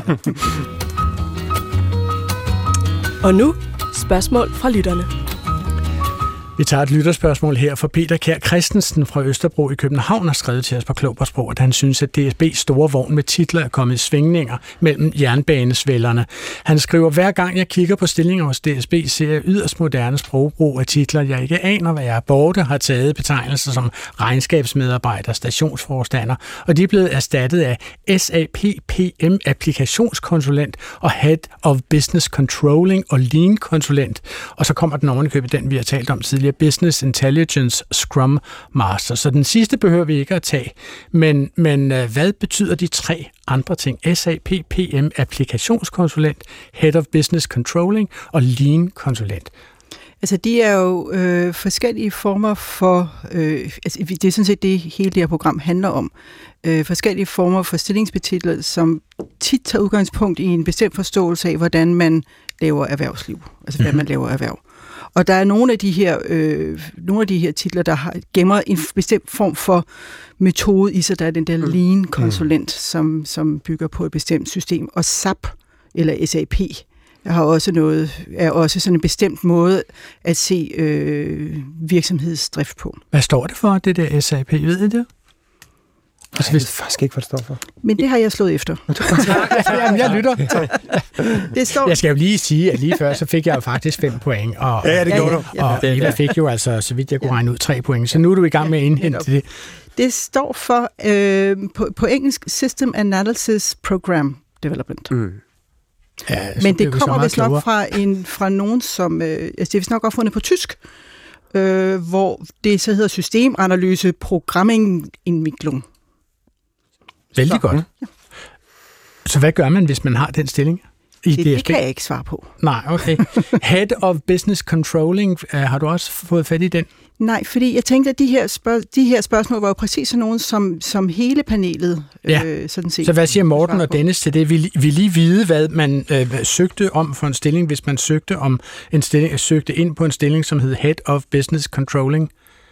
Og nu spørgsmål fra lytterne. Vi tager et lytterspørgsmål her fra Peter Kjær Christensen fra Østerbro i København har skrevet til os på Klog på Sprog, at han synes, at D S B's store vogn med titler er kommet i svingninger mellem jernbanesvællerne. Han skriver, hver gang jeg kigger på stillinger hos D S B, ser jeg yderst moderne sprogbrug af titler, jeg ikke aner, hvad jeg er. Borte har taget betegnelser som regnskabsmedarbejder, stationsforstander, og de er blevet erstattet af S A P P M applikationskonsulent og Head of Business Controlling og Lean konsulent. Og så kommer den ovenikøbet, den vi har talt om tidligere, Business Intelligence Scrum Master. Så den sidste behøver vi ikke at tage. Men, men hvad betyder de tre andre ting? S A P P M applikationskonsulent, Head of Business Controlling og Lean konsulent. Altså, de er jo øh, forskellige former for, øh, altså, det er sådan set det, hele det her program handler om. Øh, forskellige former for stillingsbetitler, som tit tager udgangspunkt i en bestemt forståelse af, hvordan man laver erhvervsliv. Altså, hvordan man laver erhverv. Og der er nogle af de her, øh, nogle af de her titler, der har, gemmer en bestemt form for metode i sig. Der er den der Lean-konsulent, som, som bygger på et bestemt system. Og S A P, eller S A P, har også noget, er også sådan en bestemt måde at se øh, virksomhedsdrift på. Hvad står det for, det der S A P? Ved I det? Altså, jeg ved faktisk ikke, hvad det står for. Men det har jeg slået efter. Jamen, jeg lytter. Det står... Jeg skal jo lige sige, at lige før, så fik jeg jo faktisk fem point. Og, Ja, det gjorde du. Og Eva fik jo altså, så vidt jeg kunne regne ud, tre point. Så nu er du i gang med at indhente det. Det står for, øh, på, på engelsk, System Analysis Program Development. Mm. Ja, Men det kommer vist nok fra, en, fra nogen, som... Øh, altså det er vist nok opfundet på tysk, øh, hvor det så hedder Systemanalyse Programmingentwicklung. Vældig Så, godt. Ja. Så hvad gør man, hvis man har den stilling? I det, D S B? det kan jeg ikke svare på. Nej, okay. Head of Business Controlling, uh, har du også fået fat i den? Nej, fordi jeg tænkte, at de her, spørg- de her spørgsmål var jo præcis sådan nogle, som, som hele panelet ja. øh, sådan set. Så hvad siger Morten og Dennis til det? Vil, vil I vide, hvad man øh, søgte om for en stilling, hvis man søgte, om en stilling, søgte ind på en stilling, som hed Head of Business Controlling?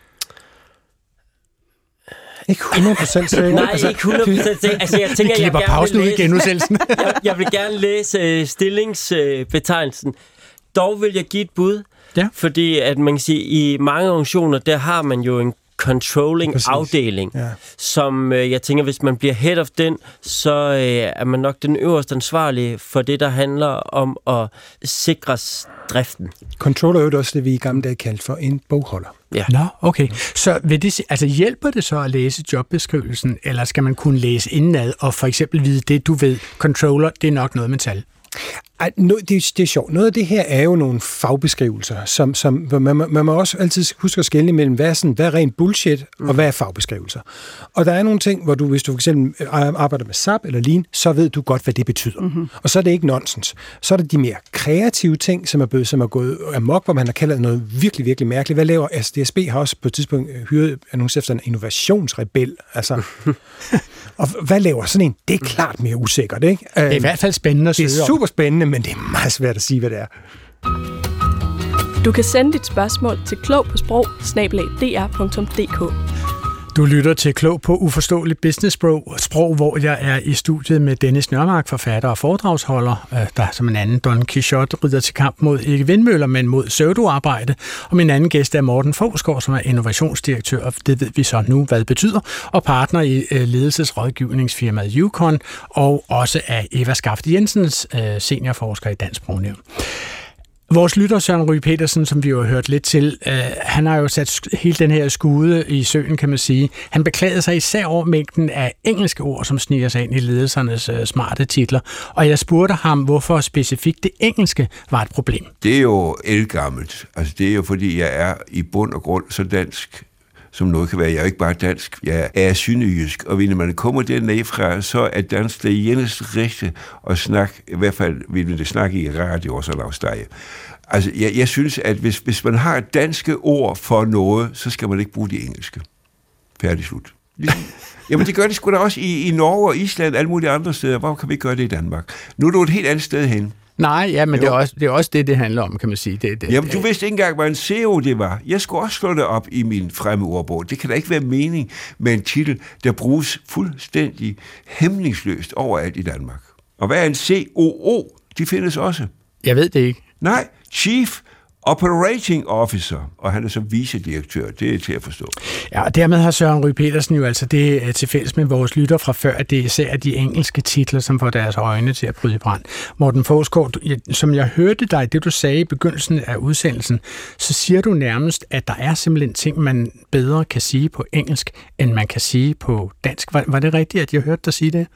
Ikke hundrede procent sikker. Nej, altså, ikke hundrede procent sikker. Altså, jeg tænker, Vi klipper jeg pausen ud i genudsendelsen. jeg, jeg vil gerne læse uh, stillingsbetegnelsen. Uh, Dog vil jeg give et bud, ja. Fordi at man kan sige, i mange organisationer, der har man jo en controlling-afdeling, ja. Som øh, jeg tænker, hvis man bliver head of den, så øh, er man nok den øverste ansvarlige for det, der handler om at sikre driften. Controller er jo også det, vi i gamle dage kaldte for en bogholder. Ja. Nå, okay. Så vil det, altså hjælper det så at læse jobbeskrivelsen, eller skal man kunne læse indenad og for eksempel vide det, du ved, controller, det er nok noget med tal? Ej, no, det, det er sjovt. Noget af det her er jo nogle fagbeskrivelser, som, som man, man må også altid huske at skelne mellem, hvad er, sådan, hvad er rent bullshit, mm. og hvad er fagbeskrivelser. Og der er nogle ting, hvor du, hvis du for eksempel arbejder med S A P eller Lean, så ved du godt, hvad det betyder. Mm-hmm. Og så er det ikke nonsens. Så er det de mere kreative ting, som er, blevet, som er gået amok, hvor man har kaldt noget virkelig, virkelig mærkeligt. Hvad laver altså, D S B har også på et tidspunkt hyret annoncer efter en innovationsrebel. Altså, og hvad laver sådan en? Det er klart mere usikkert, ikke? Det er i hvert fald spændende at søge. Det er super spændende, men det er meget svært at sige, hvad det er. Du kan sende dit spørgsmål til klog på sprog snabel-a d r punktum d k. Du lytter til Klog på uforståeligt business-sprog, sprog, hvor jeg er i studiet med Dennis Nørmark, forfatter og foredragsholder, der som en anden Don Quixote rider til kamp mod ikke vindmøller, men mod pseudoarbejde. Og min anden gæst er Morten Fogsgaard, som er innovationsdirektør, og det ved vi så nu, hvad det betyder, og partner i ledelsesrådgivningsfirmaet Yukon, og også af Eva Skafte Jensens, seniorforsker i Dansk Sprognævn. Vores lytter, Søren Ryge Petersen, som vi jo har hørt lidt til, øh, han har jo sat hele den her skude i søen, kan man sige. Han beklagede sig især over mængden af engelske ord, som sniger sig ind i ledelsernes øh, smarte titler. Og jeg spurgte ham, hvorfor specifikt det engelske var et problem. Det er jo ældgammelt. Altså, det er jo, fordi jeg er i bund og grund så dansk, som noget kan være. Jeg er ikke bare dansk, jeg er synderjysk, og når man kommer dernede fra, så er dansk det eneste rigtige at snakke, i hvert fald vil man det snakke i radio og så lavstege. Altså, jeg, jeg synes, at hvis, hvis man har danske ord for noget, så skal man ikke bruge de engelske. Færdig slut. Ligesom, jamen, det gør de sgu da også i, i Norge og Island og alle mulige andre steder. Hvorfor kan vi ikke gøre det i Danmark? Nu er du et helt andet sted hen. Nej, ja, men det er, også, det er også det, det handler om, kan man sige. Det, det, Jamen, du vidste ikke engang, hvad en S E O det var. Jeg skulle også slå det op i min fremmedordbog. Det kan da ikke være mening med en titel, der bruges fuldstændig hæmningsløst overalt i Danmark. Og hvad er en C O O? De findes også. Jeg ved det ikke. Nej, Chief Operating Officer, og han er så vicedirektør. Det er til at forstå. Ja, og dermed har Søren Ryge Petersen jo altså det til fælles med vores lytter fra før, at det er især de engelske titler, som får deres øjne til at bryde i brand. Morten Fogsgaard, som jeg hørte dig, det du sagde i begyndelsen af udsendelsen, så siger du nærmest, at der er simpelthen ting, man bedre kan sige på engelsk, end man kan sige på dansk. Var, var det rigtigt, at jeg hørte dig sige det?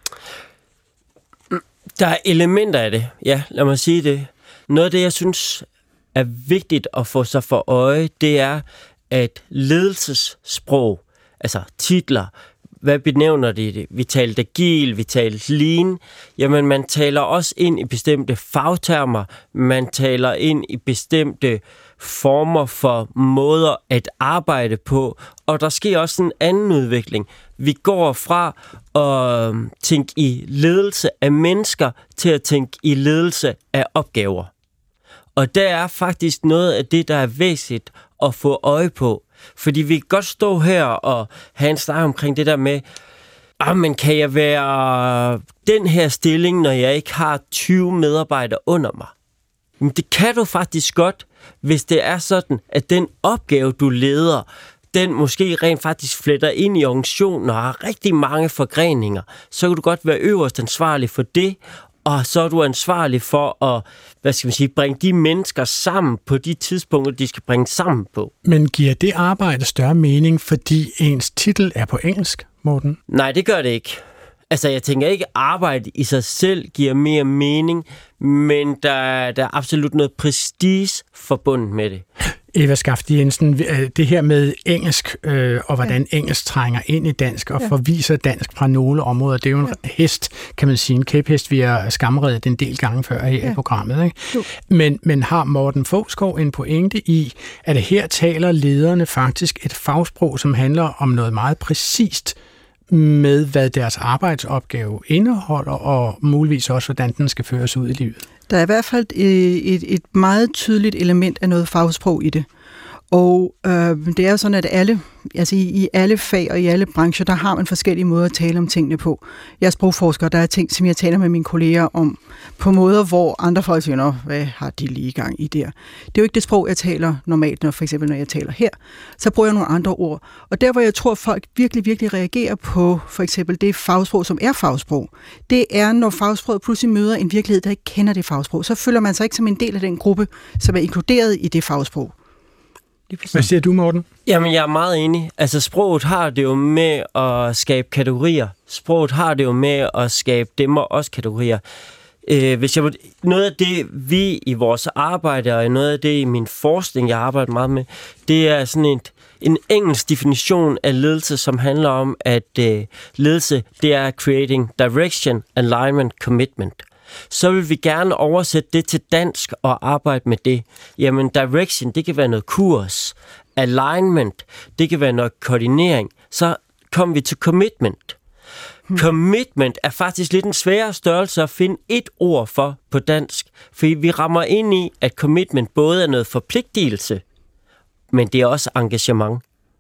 Der er elementer af det, ja, lad mig sige det. Noget af det, jeg synes er vigtigt at få sig for øje, det er, at ledelsessprog, altså titler, hvad benævner det? Vi talte agil, vi talte lean, jamen man taler også ind i bestemte fagtermer, man taler ind i bestemte former for måder at arbejde på, og der sker også en anden udvikling. Vi går fra at tænke i ledelse af mennesker til at tænke i ledelse af opgaver. Og der er faktisk noget af det, der er væsentligt at få øje på. Fordi vi kan godt stå her og have en snak omkring det der med, ah, men kan jeg være den her stilling, når jeg ikke har tyve medarbejdere under mig? Men det kan du faktisk godt, hvis det er sådan, at den opgave, du leder, den måske rent faktisk fletter ind i organisationen og har rigtig mange forgreninger. Så kan du godt være øverst ansvarlig for det, og så er du ansvarlig for at, hvad skal man sige, bringe de mennesker sammen på de tidspunkter, de skal bringe sammen på. Men giver det arbejde større mening, fordi ens titel er på engelsk, Morten? Nej, det gør det ikke. Altså, jeg tænker ikke, at arbejde i sig selv giver mere mening, men der, der er absolut noget prestige forbundet med det. Eva Skafte Jensen, det her med engelsk, øh, og hvordan ja. engelsk trænger ind i dansk og ja. forviser dansk fra nogle områder, det er jo en ja. hest, kan man sige, en kæphest, vi har skamredet en del gange før her ja. i programmet. Ikke? Men, men har Morten Fogsgaard en pointe i, at her taler lederne faktisk et fagsprog, som handler om noget meget præcist med, hvad deres arbejdsopgave indeholder, og muligvis også, hvordan den skal føres ud i livet? Der er i hvert fald et, et, et meget tydeligt element af noget fagsprog i det. Og øh, det er jo sådan, at alle, altså i, i alle fag og i alle brancher, der har man forskellige måder at tale om tingene på. Jeg er sprogforsker, der er ting, som jeg taler med mine kolleger om, på måder, hvor andre folk siger, nå, hvad har de lige i gang i der? Det er jo ikke det sprog, jeg taler normalt, når for eksempel når jeg taler her. Så bruger jeg nogle andre ord. Og der, hvor jeg tror, folk virkelig, virkelig reagerer på for eksempel det fagsprog, som er fagsprog, det er, når fagsproget pludselig møder en virkelighed, der ikke kender det fagsprog. Så føler man sig ikke som en del af den gruppe, som er inkluderet i det fagsprog. Hvad siger du, Morten? Jamen, jeg er meget enig. Altså, sproget har det jo med at skabe kategorier. Sproget har det jo med at skabe dem og os kategorier. Øh, hvis jeg, noget af det, vi i vores arbejde, og noget af det i min forskning, jeg arbejder meget med, det er sådan en, en engelsk definition af ledelse, som handler om, at øh, ledelse, det er creating direction, alignment, commitment. Så vil vi gerne oversætte det til dansk og arbejde med det. Jamen, direction, det kan være noget kurs. Alignment, det kan være noget koordinering. Så kommer vi til commitment. Hmm. Commitment er faktisk lidt en sværere størrelse at finde et ord for på dansk. Fordi vi rammer ind i, at commitment både er noget forpligtelse, men det er også engagement.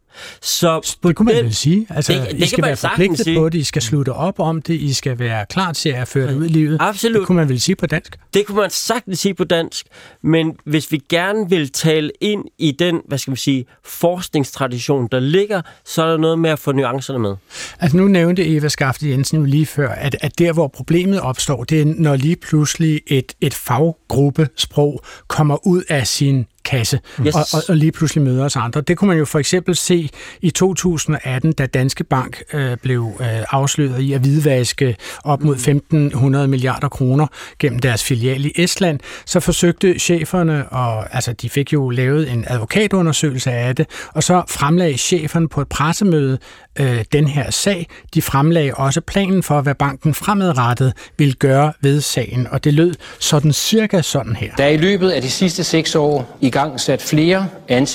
Så det kunne man den, vel sige. Altså, det, det I skal være forpligtet sige. på det, I skal slutte op om det, I skal være klar til at føre det ud i livet. Absolut. Det kunne man vel sige på dansk? Det kunne man sagtens sige på dansk, men hvis vi gerne vil tale ind i den, hvad skal man sige, forskningstradition, der ligger, så er der noget med at få nuancerne med. Altså nu nævnte Eva Skafte Jensen jo lige før, at, at der, hvor problemet opstår, det er, når lige pludselig et, et faggruppesprog kommer ud af sin kasse, yes. og, og, og lige pludselig møder os andre. Det kunne man jo for eksempel se i to tusind atten, da Danske Bank øh, blev øh, afsløret i at hvidvaske op mod femten hundrede milliarder kroner gennem deres filial i Estland. Så forsøgte cheferne, og altså de fik jo lavet en advokatundersøgelse af det, og så fremlagde cheferne på et pressemøde øh, den her sag. De fremlagde også planen for, hvad banken fremadrettet ville gøre ved sagen, og det lød sådan cirka sådan her. Der er i løbet af de sidste seks år i gang sat flere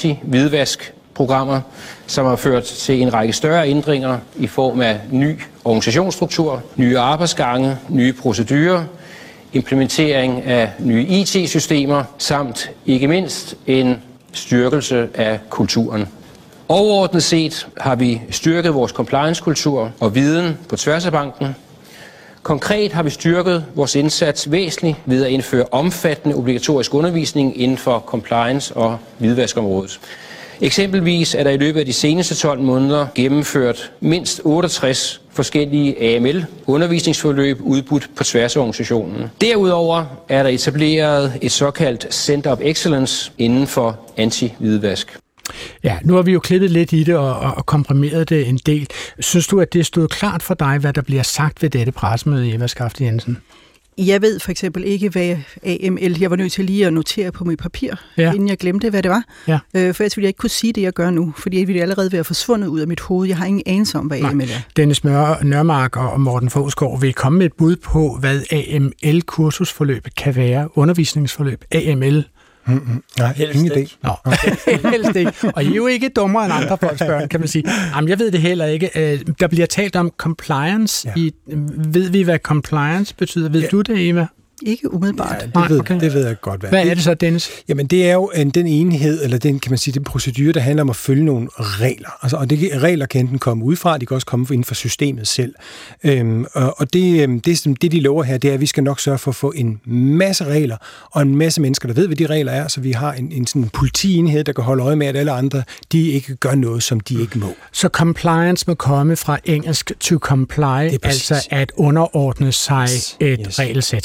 anti-hvidvask-programmer, som har ført til en række større ændringer i form af ny organisationsstruktur, nye arbejdsgange, nye procedurer, implementering af nye I T-systemer, samt ikke mindst en styrkelse af kulturen. Overordnet set har vi styrket vores compliance-kultur og viden på tværs af banken. Konkret har vi styrket vores indsats væsentligt ved at indføre omfattende obligatorisk undervisning inden for compliance- og hvidvaskområdet. Eksempelvis er der i løbet af de seneste tolv måneder gennemført mindst otteogtres forskellige A M L-undervisningsforløb udbudt på tværs af organisationen. Derudover er der etableret et såkaldt Center of Excellence inden for anti-hvidvask. Ja, nu har vi jo klippet lidt i det og, og komprimeret det en del. Synes du, at det stod klart for dig, hvad der bliver sagt ved dette pressemøde, Eva Skafte Jensen? Jeg ved for eksempel ikke, hvad A M L... Jeg var nødt til lige at notere på mit papir, ja. inden jeg glemte, hvad det var. Ja. Øh, for ellers ville jeg ikke kunne sige det, jeg gør nu, fordi jeg ville allerede være forsvundet ud af mit hoved. Jeg har ingen anelse om, hvad Nej. A M L er. Dennis Nørmark og Morten Fogsgaard vil komme med et bud på, hvad A M L-kursusforløb kan være. Undervisningsforløb. A M L. Mm-hmm. Nej, helst ingen idé. Nå, helst ikke. Og I er jo ikke dummere end andre folks børn, kan man sige. Jamen, jeg ved det heller ikke. Der bliver talt om compliance. Ja. I, ved vi, hvad compliance betyder? Ved ja. du det, Eva? Ikke umiddelbart. Ja, det, Nej, ved, okay. det ved jeg godt. Hvad, hvad er det så, Dennis? Jamen, det er jo en, den enhed, eller den, kan man sige, den procedure, der handler om at følge nogle regler. Altså, og det, regler kan enten komme udefra, de kan også komme inden for systemet selv. Øhm, og og det, det, det, de lover her, det er, at vi skal nok sørge for at få en masse regler, og en masse mennesker, der ved, hvad de regler er, så vi har en, en sådan politienhed, der kan holde øje med, at alle andre, de ikke gør noget, som de ikke må. Så compliance må komme fra engelsk to comply, altså at underordne sig yes. et yes. regelsæt. Yes.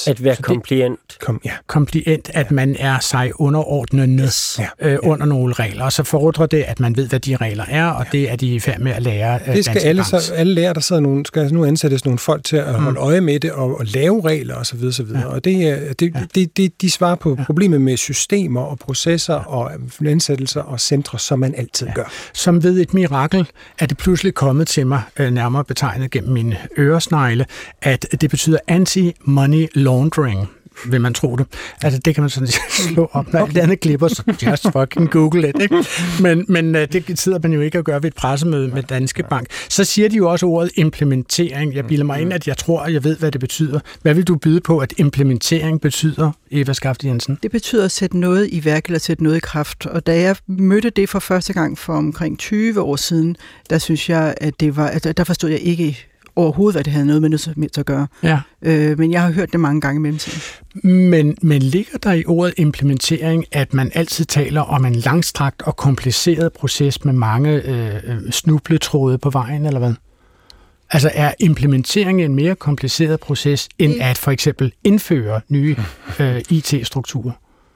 Yes. At være komplient. Kom, ja. Komplient, at man er sig underordnende Yes. øh, under nogle regler. Og så forudrer det, at man ved, hvad de regler er, og det er de i færd med at lære øh, Det skal Danske alle, Banks. så, alle lære, der sidder nogle, skal nu ansættes nogle folk til at holde øje med det og, og lave regler osv. Og, så videre. Ja. Og det, er- det, Ja. det, det, de svarer på ja. problemet med systemer og processer og ansættelser og centre, som man altid ja. gør. Som ved et mirakel er det pludselig kommet til mig, øh, nærmere betegnet gennem mine øresnegle, at det betyder anti-money laundering. Vil man tro det. Altså, det kan man sådan slå op, når alt andet glipper, så just fucking google it, ikke? Men, men øh, det sidder man jo ikke at gøre ved et pressemøde med Danske Bank. Så siger de jo også ordet implementering. Jeg bilder mig ind, at jeg tror, at jeg ved, hvad det betyder. Hvad vil du byde på, at implementering betyder, Eva Skafte Jensen? Det betyder at sætte noget i værk eller sætte noget i kraft. Og da jeg mødte det for første gang for omkring tyve år siden, der synes jeg, at det var, at der forstod jeg ikke overhovedet, hvad det havde noget med noget at gøre. Ja. Øh, men jeg har hørt det mange gange i mellemtiden. Men, men ligger der i ordet implementering, at man altid taler om en langstrakt og kompliceret proces med mange øh, snubletråde på vejen, eller hvad? Altså er implementering en mere kompliceret proces, end at for eksempel indføre nye øh, I T-strukturer?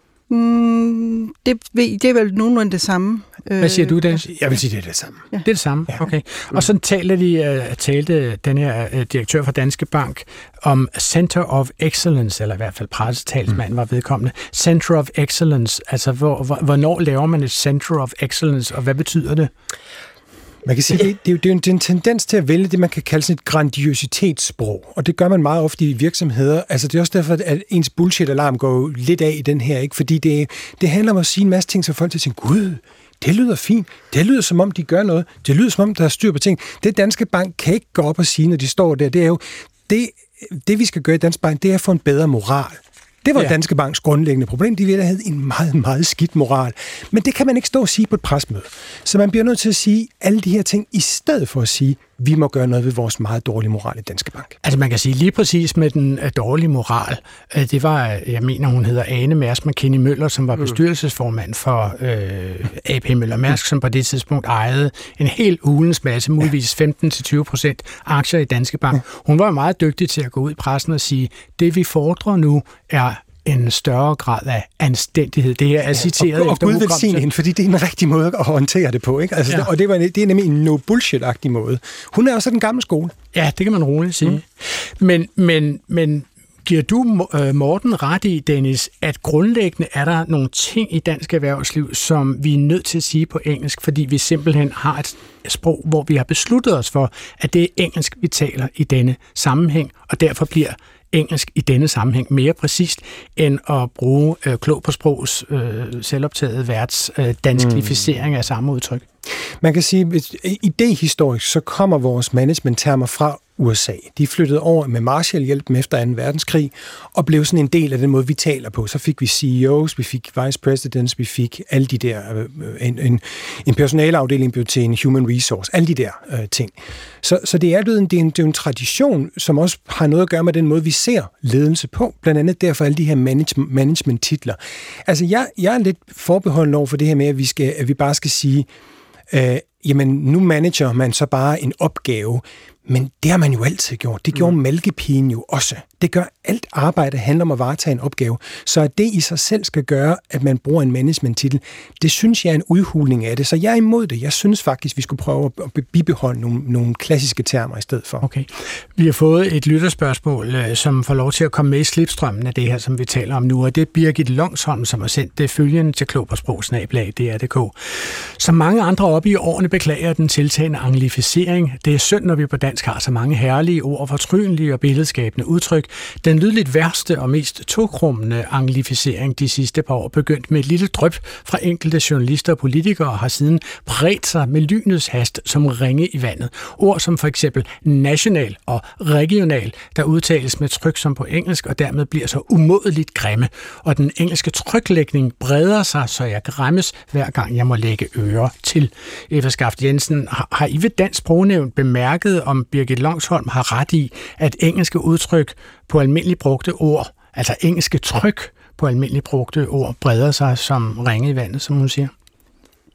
Mm, det, det er vel nogenlunde det samme. Hvad siger du, Dennis? Jeg vil sige, det er det samme. Det er det samme? Okay. Og så taler de, uh, talte den her uh, direktør fra Danske Bank om Center of Excellence, eller i hvert fald pressetalsmanden var vedkommende. Center of Excellence, altså hvor, hvor, hvornår laver man et Center of Excellence, og hvad betyder det? Man kan sige, det, det, er jo, det er jo en, det er en tendens til at vælge det, man kan kalde sådan et grandiositetssprog, og det gør man meget ofte i virksomheder. Altså det er også derfor, at ens bullshit-alarm går lidt af i den her, ikke? Fordi det, det handler om at sige en masse ting, så folk til at tænke, gud, det lyder fint, det lyder som om, de gør noget, det lyder som om, der er styr på ting. Det Danske Bank kan ikke gå op og sige, når de står der, det er jo, det, det vi skal gøre i Danske Bank, det er at få en bedre moral. Det var ja. Danske Banks grundlæggende problem. De ville have en meget, meget skidt moral. Men det kan man ikke stå og sige på et presmøde. Så man bliver nødt til at sige alle de her ting, i stedet for at sige, vi må gøre noget ved vores meget dårlige moral i Danske Bank. Altså man kan sige lige præcis med den uh, dårlige moral. Uh, det var, jeg mener hun hedder Ane Mærsk McKinney Møller, som var bestyrelsesformand for uh, A P Møller Mærsk, som på det tidspunkt ejede en hel ugens masse, muligvis femten til tyve procent aktier i Danske Bank. Hun var meget dygtig til at gå ud i pressen og sige, det vi fordrer nu er en større grad af anstændighed. Det her er citeret ja, og, og, efter og Gud velsigne hende, fordi det er en rigtig måde at håndtere det på. Ikke? Altså, ja. Og det, var, det er nemlig en no-bullshit-agtig måde. Hun er også den gamle skole. Ja, det kan man roligt sige. Mm. Men, men, men giver du Morten ret i, Dennis, at grundlæggende er der nogle ting i dansk erhvervsliv, som vi er nødt til at sige på engelsk, fordi vi simpelthen har et sprog, hvor vi har besluttet os for, at det er engelsk, vi taler i denne sammenhæng, og derfor bliver engelsk i denne sammenhæng mere præcist, end at bruge øh, klog på sprogs øh, selvoptaget værts øh, danskificering af samme udtryk. Man kan sige, at idehistorisk så kommer vores managementtermer fra U S A. De flyttede over med Marshallhjælpen efter anden verdenskrig og blev sådan en del af den måde, vi taler på. Så fik vi C E O's, vi fik vice presidents, vi fik alle de der, en, en, en personaleafdeling blev til en human resource, alle de der øh, ting. Så, så det er jo en, det er en, det er en tradition, som også har noget at gøre med den måde, vi ser ledelse på. Blandt andet derfor alle de her manage, management-titler. Altså, jeg, jeg er lidt forbeholden over for det her med, at vi, skal, at vi bare skal sige, øh, jamen, nu manager man så bare en opgave, men det har man jo altid gjort. Det gjorde mm. mælkepigen jo også. Det gør alt arbejde handler om at varetage en opgave. Så at det i sig selv skal gøre, at man bruger en management-titel, det synes jeg er en udhulning af det. Så jeg er imod det. Jeg synes faktisk, vi skulle prøve at bibeholde nogle, nogle klassiske termer i stedet for. Okay. Vi har fået et lytterspørgsmål, som får lov til at komme med i slipstrømmen af det her, som vi taler om nu, og det er Birgit Longsholm, som har sendt det følgende til klog på sprog snabel-a D R punktum d k. Som mange andre oppe i årene beklager den tiltagende anglificering. Det er synd, når vi på dansk har så mange herlige ord, fortrydelige og billedskabende udtryk. Den lydligt værste og mest togrummende anglificering de sidste par år begyndt med et lille dryp fra enkelte journalister og politikere og har siden bredt sig med lynets hast som ringe i vandet. Ord som for eksempel national og regional, der udtales med tryk som på engelsk og dermed bliver så umådeligt grimme. Og den engelske tryklægning breder sig, så jeg græmmes hver gang jeg må lægge ører til. Eva Skafte Jensen, har I ved Dansk Sprognævn bemærket, om Birgit Longsholm har ret i, at engelske udtryk på almindeligt brugte ord, altså engelske tryk på almindeligt brugte ord, breder sig som ringe i vandet, som hun siger?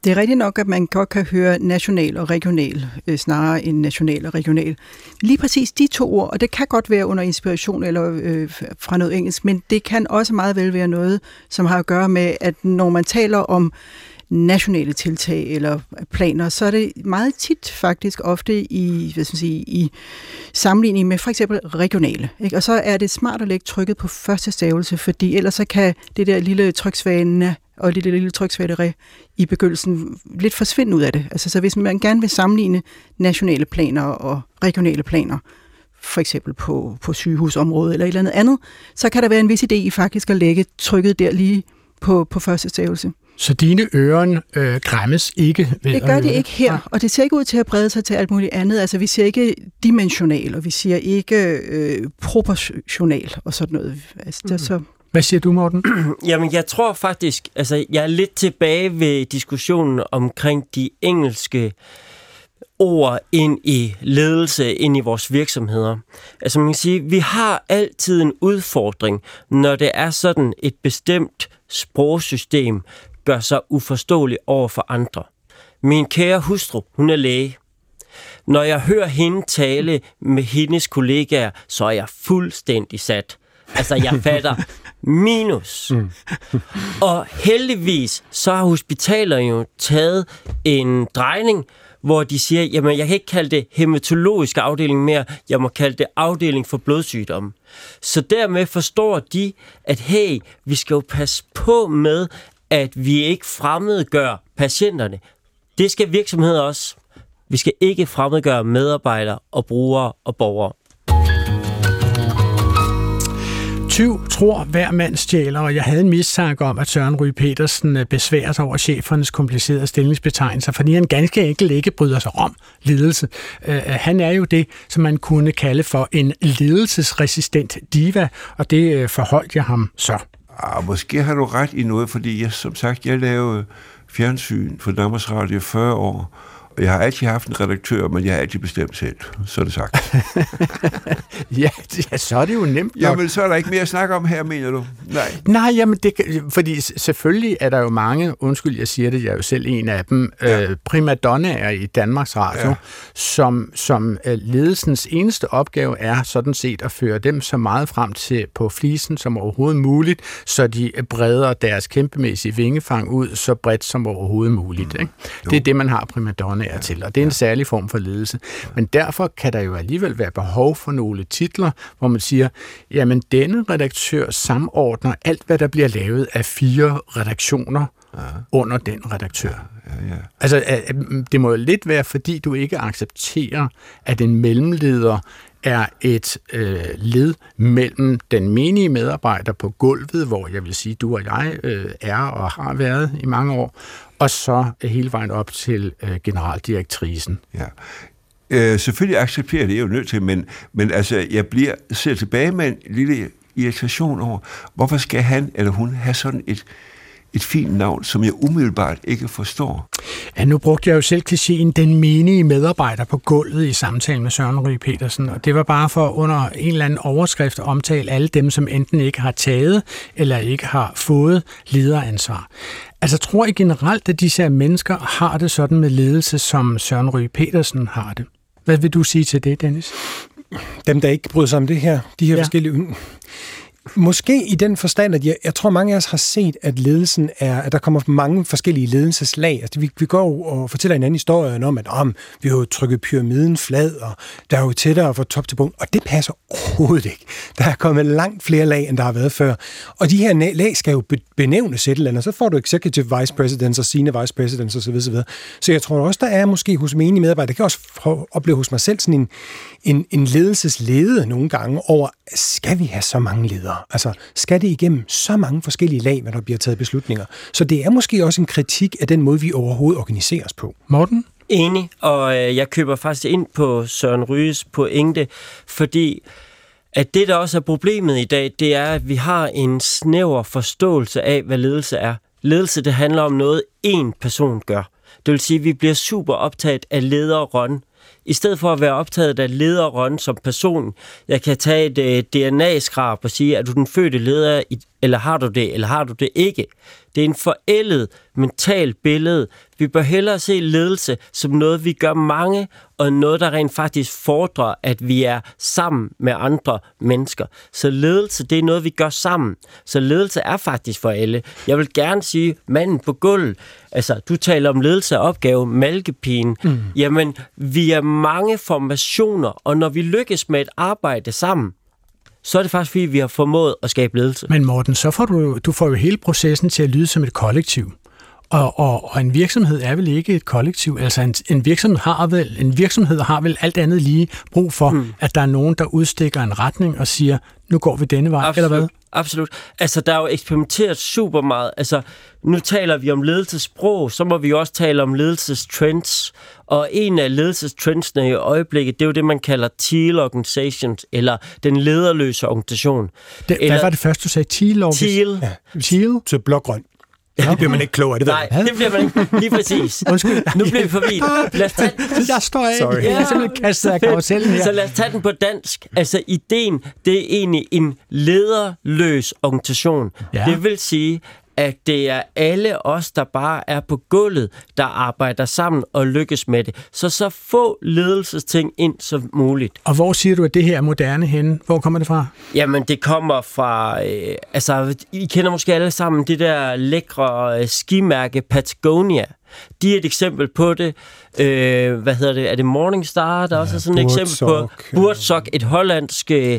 Det er rigtigt nok, at man godt kan høre national og regional, øh, snarere end national og regional. Lige præcis de to ord, og det kan godt være under inspiration eller øh, fra noget engelsk, men det kan også meget vel være noget, som har at gøre med, at når man taler om nationale tiltag eller planer, så er det meget tit faktisk ofte i, hvad skal man sige, i sammenligning med for eksempel regionale. Ikke? Og så er det smart at lægge trykket på første stavelse, fordi ellers så kan det der lille tryksvage og det lille tryksvage i begyndelsen lidt forsvinde ud af det. Altså, så hvis man gerne vil sammenligne nationale planer og regionale planer, for eksempel på, på sygehusområdet eller et eller andet andet, så kan der være en vis idé i faktisk at lægge trykket der lige på, på første stavelse. Så dine øren øh, græmmes ikke ved Det gør det ikke her, og det ser ikke ud til at brede sig til alt muligt andet. Altså, vi siger ikke dimensional, og vi siger ikke øh, proportional og sådan noget. Altså, mm. så Hvad siger du, Morten? Jamen, jeg tror faktisk, altså, jeg er lidt tilbage ved diskussionen omkring de engelske ord ind i ledelse, ind i vores virksomheder. Altså, man kan sige, vi har altid en udfordring, når det er sådan et bestemt sprogsystem gør sig uforståeligt over for andre. Min kære hustru, hun er læge. Når jeg hører hende tale med hendes kollegaer, så er jeg fuldstændig sat. Altså, jeg fatter minus. Mm. Og heldigvis, så har hospitaler jo taget en drejning, hvor de siger, jamen, jeg kan ikke kalde det hæmatologisk afdeling mere, jeg må kalde det afdeling for blodsygdomme. Så dermed forstår de, at hey, vi skal jo passe på med, at vi ikke fremmedgør patienterne. Det skal virksomheder også. Vi skal ikke fremmedgøre medarbejdere og brugere og borgere. Tyv tror, hver mand stjæler, og jeg havde en mistanke om, at Søren Ryge Petersen besværer sig over chefernes komplicerede stillingsbetegnelser, fordi han ganske enkelt ikke bryder sig om ledelse. Uh, han er jo det, som man kunne kalde for en ledelsesresistent diva, og det uh, forholdt jeg ham så. Ah, måske har du ret i noget, fordi jeg, som sagt, jeg lavede fjernsyn for Danmarks Radio fyrre år, og jeg har altid haft en redaktør, men jeg har altid bestemt selv. Så er det sagt. ja, ja, så er det jo nemt nok. Jamen, så er der ikke mere at snakke om her, mener du? Nej. Nej, jamen, det, fordi selvfølgelig er der jo mange, undskyld, jeg siger det, jeg er jo selv en af dem, ja. øh, primadonnaer i Danmarks Radio, ja. som, som øh, ledelsens eneste opgave er sådan set at føre dem så meget frem til på flisen som overhovedet muligt, så de breder deres kæmpemæssige vingefang ud så bredt som overhovedet muligt. Ikke? Mm. Det er det, man har primadonnaer ja. til, og det er en ja. særlig form for ledelse. Men derfor kan der jo alligevel være behov for nogle titler, hvor man siger, jamen denne redaktør samordner alt, hvad der bliver lavet af fire redaktioner ja. under den redaktør. Ja, ja, ja. Altså, det må jo lidt være, fordi du ikke accepterer, at en mellemleder er et øh, led mellem den menige medarbejder på gulvet, hvor jeg vil sige, du og jeg øh, er og har været i mange år, og så hele vejen op til øh, generaldirektrisen. Ja. Øh, selvfølgelig accepterer det, jeg er jo nødt til, men, men altså, jeg bliver ser tilbage med en lille irritation over, hvorfor skal han eller hun have sådan et, et fint navn, som jeg umiddelbart ikke forstår? Ja, nu brugte jeg jo selv klichéen den menige medarbejder på gulvet i samtalen med Søren Ryge Petersen, og det var bare for under en eller anden overskrift at omtale alle dem, som enten ikke har taget eller ikke har fået lederansvar. Altså, tror I generelt, at disse mennesker har det sådan med ledelse, som Søren Ryge Petersen har det? Hvad vil du sige til det, Dennis? Dem, der ikke bryder sig om det her, de her ja. forskellige... Måske i den forstand, at jeg, jeg tror, mange af os har set, at ledelsen er, at der kommer mange forskellige ledelseslag. Altså, vi, vi går og fortæller hinanden historien om, at om, vi har jo trykket pyramiden flad, og der er jo tættere fra top til bund, og det passer overhovedet ikke. Der er kommet langt flere lag, end der har været før. Og de her lag skal jo benævnes et eller andet, så får du executive vice presidents og senior vice presidents osv. Så, så jeg tror også, der er måske hos menige medarbejdere, det kan også opleve hos mig selv sådan en, en, en ledelseslede nogle gange over, skal vi have så mange ledere? Altså, skal det igennem så mange forskellige lag, når der bliver taget beslutninger? Så det er måske også en kritik af den måde, vi overhovedet organiseres på. Morten? Enig, og øh, jeg køber faktisk ind på Søren Ryges pointe, fordi at det, der også er problemet i dag, det er, at vi har en snæver forståelse af, hvad ledelse er. Ledelse, det handler om noget, én person gør. Det vil sige, at vi bliver super optaget af lederrollen, i stedet for at være optaget af lederrollen som person. Jeg kan tage et D N A-skrab og sige, at du er den fødte leder i, eller har du det, eller har du det ikke. Det er en forældet mental billede. Vi bør hellere se ledelse som noget, vi gør mange, og noget, der rent faktisk fordrer, at vi er sammen med andre mennesker. Så ledelse, det er noget, vi gør sammen. Så ledelse er faktisk for alle. Jeg vil gerne sige, manden på gulvet, altså, du taler om ledelse af opgave, malkepigen. Mm. Jamen, vi er mange formationer, og når vi lykkes med et arbejde sammen, så er det faktisk, fordi vi har formået at skabe ledelse. Men Morten, så får du, du får jo hele processen til at lyde som et kollektiv. Og, og, og en virksomhed er vel ikke et kollektiv. Altså en, en, virksomhed har vel, en virksomhed har vel alt andet lige brug for, mm. at der er nogen, der udstikker en retning og siger, nu går vi denne vej, Absolut. eller hvad? Absolut. Altså, der er jo eksperimenteret super meget. Altså, nu taler vi om ledelsessprog, så må vi jo også tale om ledelsestrends. Og en af ledelsestrendsene i øjeblikket, det er jo det, man kalder teal organizations, eller den lederløse organisation. Det, eller, hvad var det første, du sagde? Teal? Teal. Ja. Teal? Så blågrøn. Ja, det bliver man ikke klogere, det ved Nej, jeg. det bliver man ikke. Lige præcis. Undskyld. Nu bliver vi forbi. Lad os tage Jeg står af. Sorry. Jeg er simpelthen kastet af karusellen her. Så lad os tage den på dansk. Altså, ideen, det er egentlig en lederløs organisation. Ja. Det vil sige, at det er alle os, der bare er på gulvet, der arbejder sammen og lykkes med det. Så så få ledelsesting ind som muligt. Og hvor siger du, at det her er moderne henne? Hvor kommer det fra? Jamen, det kommer fra... Øh, altså, I kender måske alle sammen det der lækre øh, skimærke Patagonia. De er et eksempel på det. Øh, hvad hedder det? Er det Morningstar? Der er ja, også sådan et eksempel på Buurtzorg, et hollandsk øh,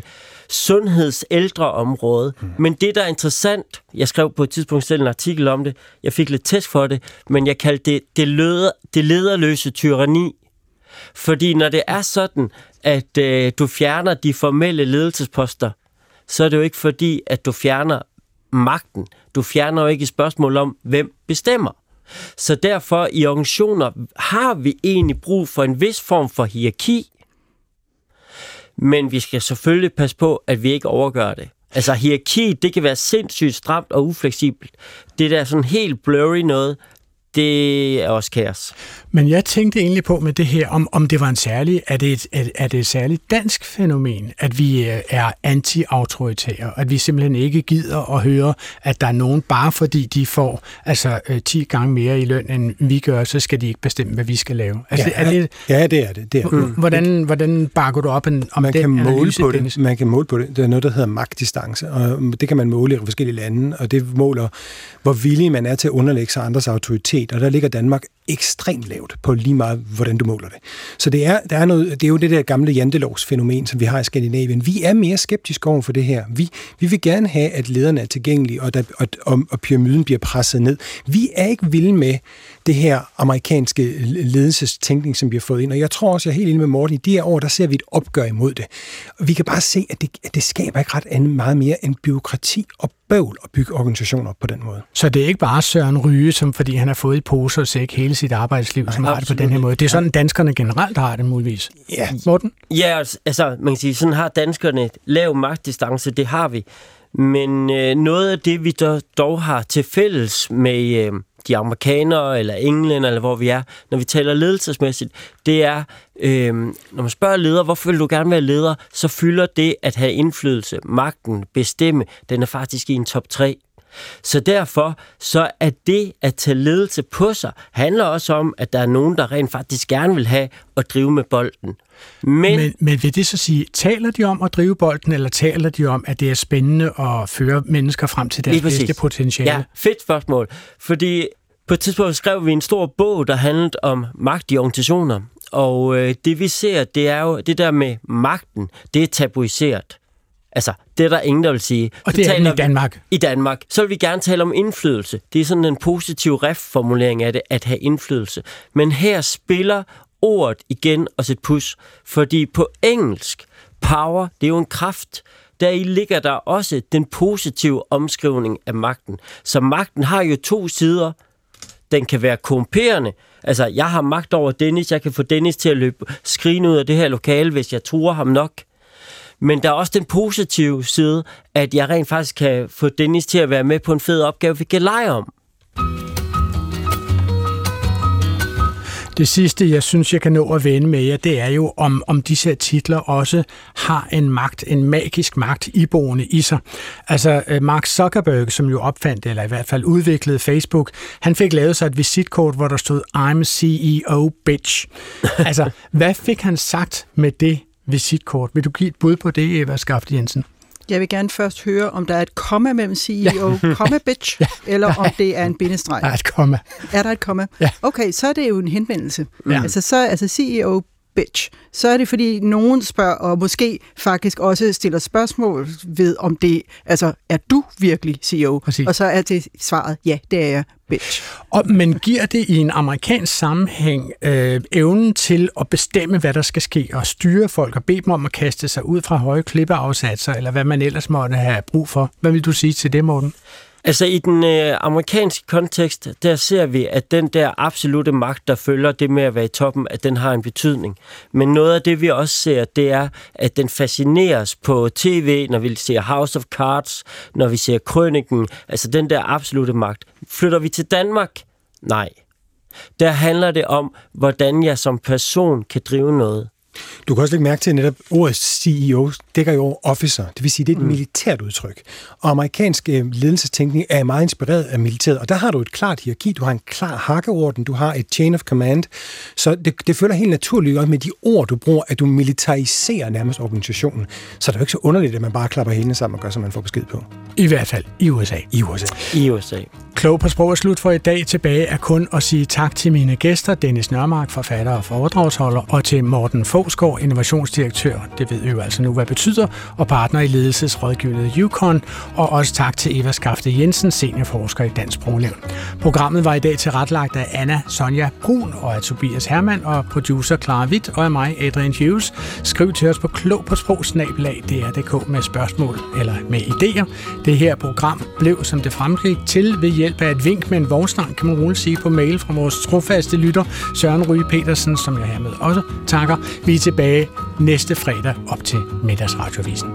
sundhedsældreområde. Mm. Men det, der er interessant, jeg skrev på et tidspunkt selv en artikel om det, jeg fik lidt tæsk for det, men jeg kaldte det det, leder, det lederløse tyranni. Fordi når det er sådan, at øh, du fjerner de formelle ledelsesposter, så er det jo ikke fordi, at du fjerner magten. Du fjerner jo ikke et spørgsmål om, hvem bestemmer. Så derfor i organisationer har vi egentlig brug for en vis form for hierarki, men vi skal selvfølgelig passe på, at vi ikke overgør det. Altså hierarki, det kan være sindssygt stramt og ufleksibelt. Det der sådan helt blurry noget, det er også kaos. Men jeg tænkte egentlig på med det her, om, om det var en særlig, er det, et, er, er det et særligt dansk fænomen, at vi er anti-autoritære, at vi simpelthen ikke gider at høre, at der er nogen, bare fordi de får altså ti gange mere i løn, end vi gør, så skal de ikke bestemme, hvad vi skal lave. Altså, ja, er det, ja, det er det. det, er det. Hvordan, hvordan bakker du op en, om man den kan måle analyse, på det. Dennis? Man kan måle på det. Det er noget, der hedder magtdistance, og det kan man måle i forskellige lande, og det måler, hvor villig man er til at underlægge sig andres autoritet, og der ligger Danmark ekstremt lavt på lige meget, hvordan du måler det. Så det er, der er noget, det er jo det der gamle jantelovsfænomen, som vi har i Skandinavien. Vi er mere skeptiske over for det her. Vi, vi vil gerne have, at lederne er tilgængelige, og, der, og, og, og pyramiden bliver presset ned. Vi er ikke vilde med det her amerikanske ledelsestænkning, som vi har fået ind, og jeg tror også, jeg er helt enig med Morten, i de her år, der ser vi et opgør imod det. Og vi kan bare se, at det, at det skaber ikke ret andet meget mere end byråkrati og bøvl at bygge organisationer op på den måde. Så det er ikke bare Søren Ryge, som fordi han har fået i pose og sæk hele sit arbejdsliv, som har det på den her måde. Det er sådan, danskerne generelt har det muligvis. Ja. Morten? Ja, altså, man kan sige, sådan har danskerne lav magtdistance, det har vi. Men øh, noget af det, vi dog, dog har til fælles med øh, de amerikanere eller englænder, eller hvor vi er, når vi taler ledelsesmæssigt, det er, øh, når man spørger leder, hvorfor vil du gerne være leder, så fylder det at have indflydelse, magten, bestemme, den er faktisk i en top tre. Så derfor, så er det at tage ledelse på sig, handler også om, at der er nogen, der rent faktisk gerne vil have at drive med bolden. Men, men, men vil det så sige, taler de om at drive bolden, eller taler de om, at det er spændende at føre mennesker frem til deres bedste potentiale? Ja, fedt spørgsmål. Fordi på et tidspunkt skrev vi en stor bog, der handlede om magt i organisationer. Og øh, det vi ser, det er jo det der med magten, det er tabuiseret. Altså, det er der ingen, der vil sige. Og det er den i Danmark? I Danmark. Så vil vi gerne tale om indflydelse. Det er sådan en positiv ref-formulering af det, at have indflydelse. Men her spiller ordet igen og sit pus. Fordi på engelsk, power, det er jo en kraft. Deri ligger der også den positive omskrivning af magten. Så magten har jo to sider. Den kan være korrumperende. Altså, jeg har magt over Dennis. Jeg kan få Dennis til at løbe skrine ud af det her lokale, hvis jeg truer ham nok. Men der er også den positive side, at jeg rent faktisk kan få Dennis til at være med på en fed opgave, vi kan lege om. Det sidste, jeg synes, jeg kan nå at vende med jer, det er jo, om, om disse her titler også har en magt, en magisk magt iboende i sig. Altså, Mark Zuckerberg, som jo opfandt, eller i hvert fald udviklede Facebook, han fik lavet sig et visitkort, hvor der stod, I'm C E O, bitch. Altså, hvad fik han sagt med det visitkort? Vil du give et bud på det, Eva Skafte Jensen? Jeg vil gerne først høre, om der er et komma mellem C E O, ja. komma bitch, ja. eller om det er en bindestreg. Der er et komma. Er der et komma? Ja. Okay, så er det jo en henvendelse. Ja. Altså, så, altså C E O, bitch. Så er det, fordi nogen spørger, og måske faktisk også stiller spørgsmål ved, om det, altså, er du virkelig C E O? Præcis. Og så er det svaret, ja, det er jeg, bitch. Og, men giver det i en amerikansk sammenhæng øh, evnen til at bestemme, hvad der skal ske, og styre folk og bede dem om at kaste sig ud fra høje klippeafsatser, eller hvad man ellers måtte have brug for? Hvad vil du sige til det, Morten? Altså i den øh, amerikanske kontekst, der ser vi, at den der absolute magt, der følger det med at være i toppen, at den har en betydning. Men noget af det, vi også ser, det er, at den fascineres på tv, når vi ser House of Cards, når vi ser Krøniken, altså den der absolute magt. Flytter vi til Danmark? Nej. Der handler det om, hvordan jeg som person kan drive noget. Du kan også lægge mærke til, at netop ordet C E O dækker jo over officer. Det vil sige, det er et mm. militært udtryk. Og amerikansk øh, ledelsestænkning er meget inspireret af militæret. Og der har du et klart hierarki, du har en klar hakkeorden, du har et chain of command. Så det, det følger helt naturligt også med de ord, du bruger, at du militariserer nærmest organisationen. Så det er jo ikke så underligt, at man bare klapper hælene sammen og gør, som man får besked på. I hvert fald i U S A. I U S A. I U S A. Klog på sprog er slut for i dag. Tilbage er kun at sige tak til mine gæster, Dennis Nørmark, forfatter og foredragsholder, og til Morten Fogsgaard, innovationsdirektør. Det ved vi jo altså nu, hvad betyder, og partner i ledelsesrådgivende Yukon, og også tak til Eva Skafte Jensen, seniorforsker i Dansk Sprognævn. Programmet var i dag tilrettelagt af Anna Sonja Brun og af Tobias Hermann og producer Clara Witt og af mig, Adrian Hughes. Skriv til os på klog på sprog snabel-a d r punktum d k med spørgsmål eller med idéer. Det her program blev, som det fremgik, til ved hjælp af et vink med en vognstang, kan man roligt sige på mail fra vores trofaste lytter, Søren Ryge Petersen, som jeg hermed også takker. Vi er tilbage næste fredag op til Middagsradiovisen.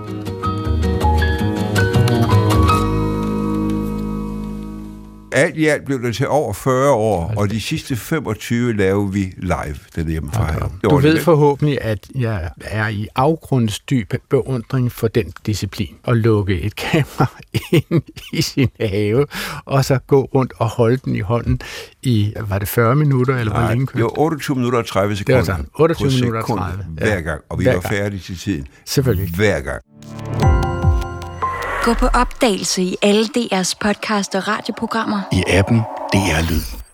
Alt i alt blev det til over fyrre år, og de sidste femogtyve laver vi live den hjemmefra her. Du ved forhåbentlig, at jeg er i afgrundsdyb beundring for den disciplin. At lukke et kamera ind i sin have, og så gå rundt og holde den i hånden i, var det fyrre minutter, eller hvor længe kørte? Jo, otteogtyve minutter og tredive sekunder. Det var sådan, otteogtyve minutter og tredive. Hver gang, og vi hver var gang. færdige til tiden. Selvfølgelig. Hver gang. Gå på opdagelse i alle D R's podcast og radioprogrammer. I appen D R Lyd.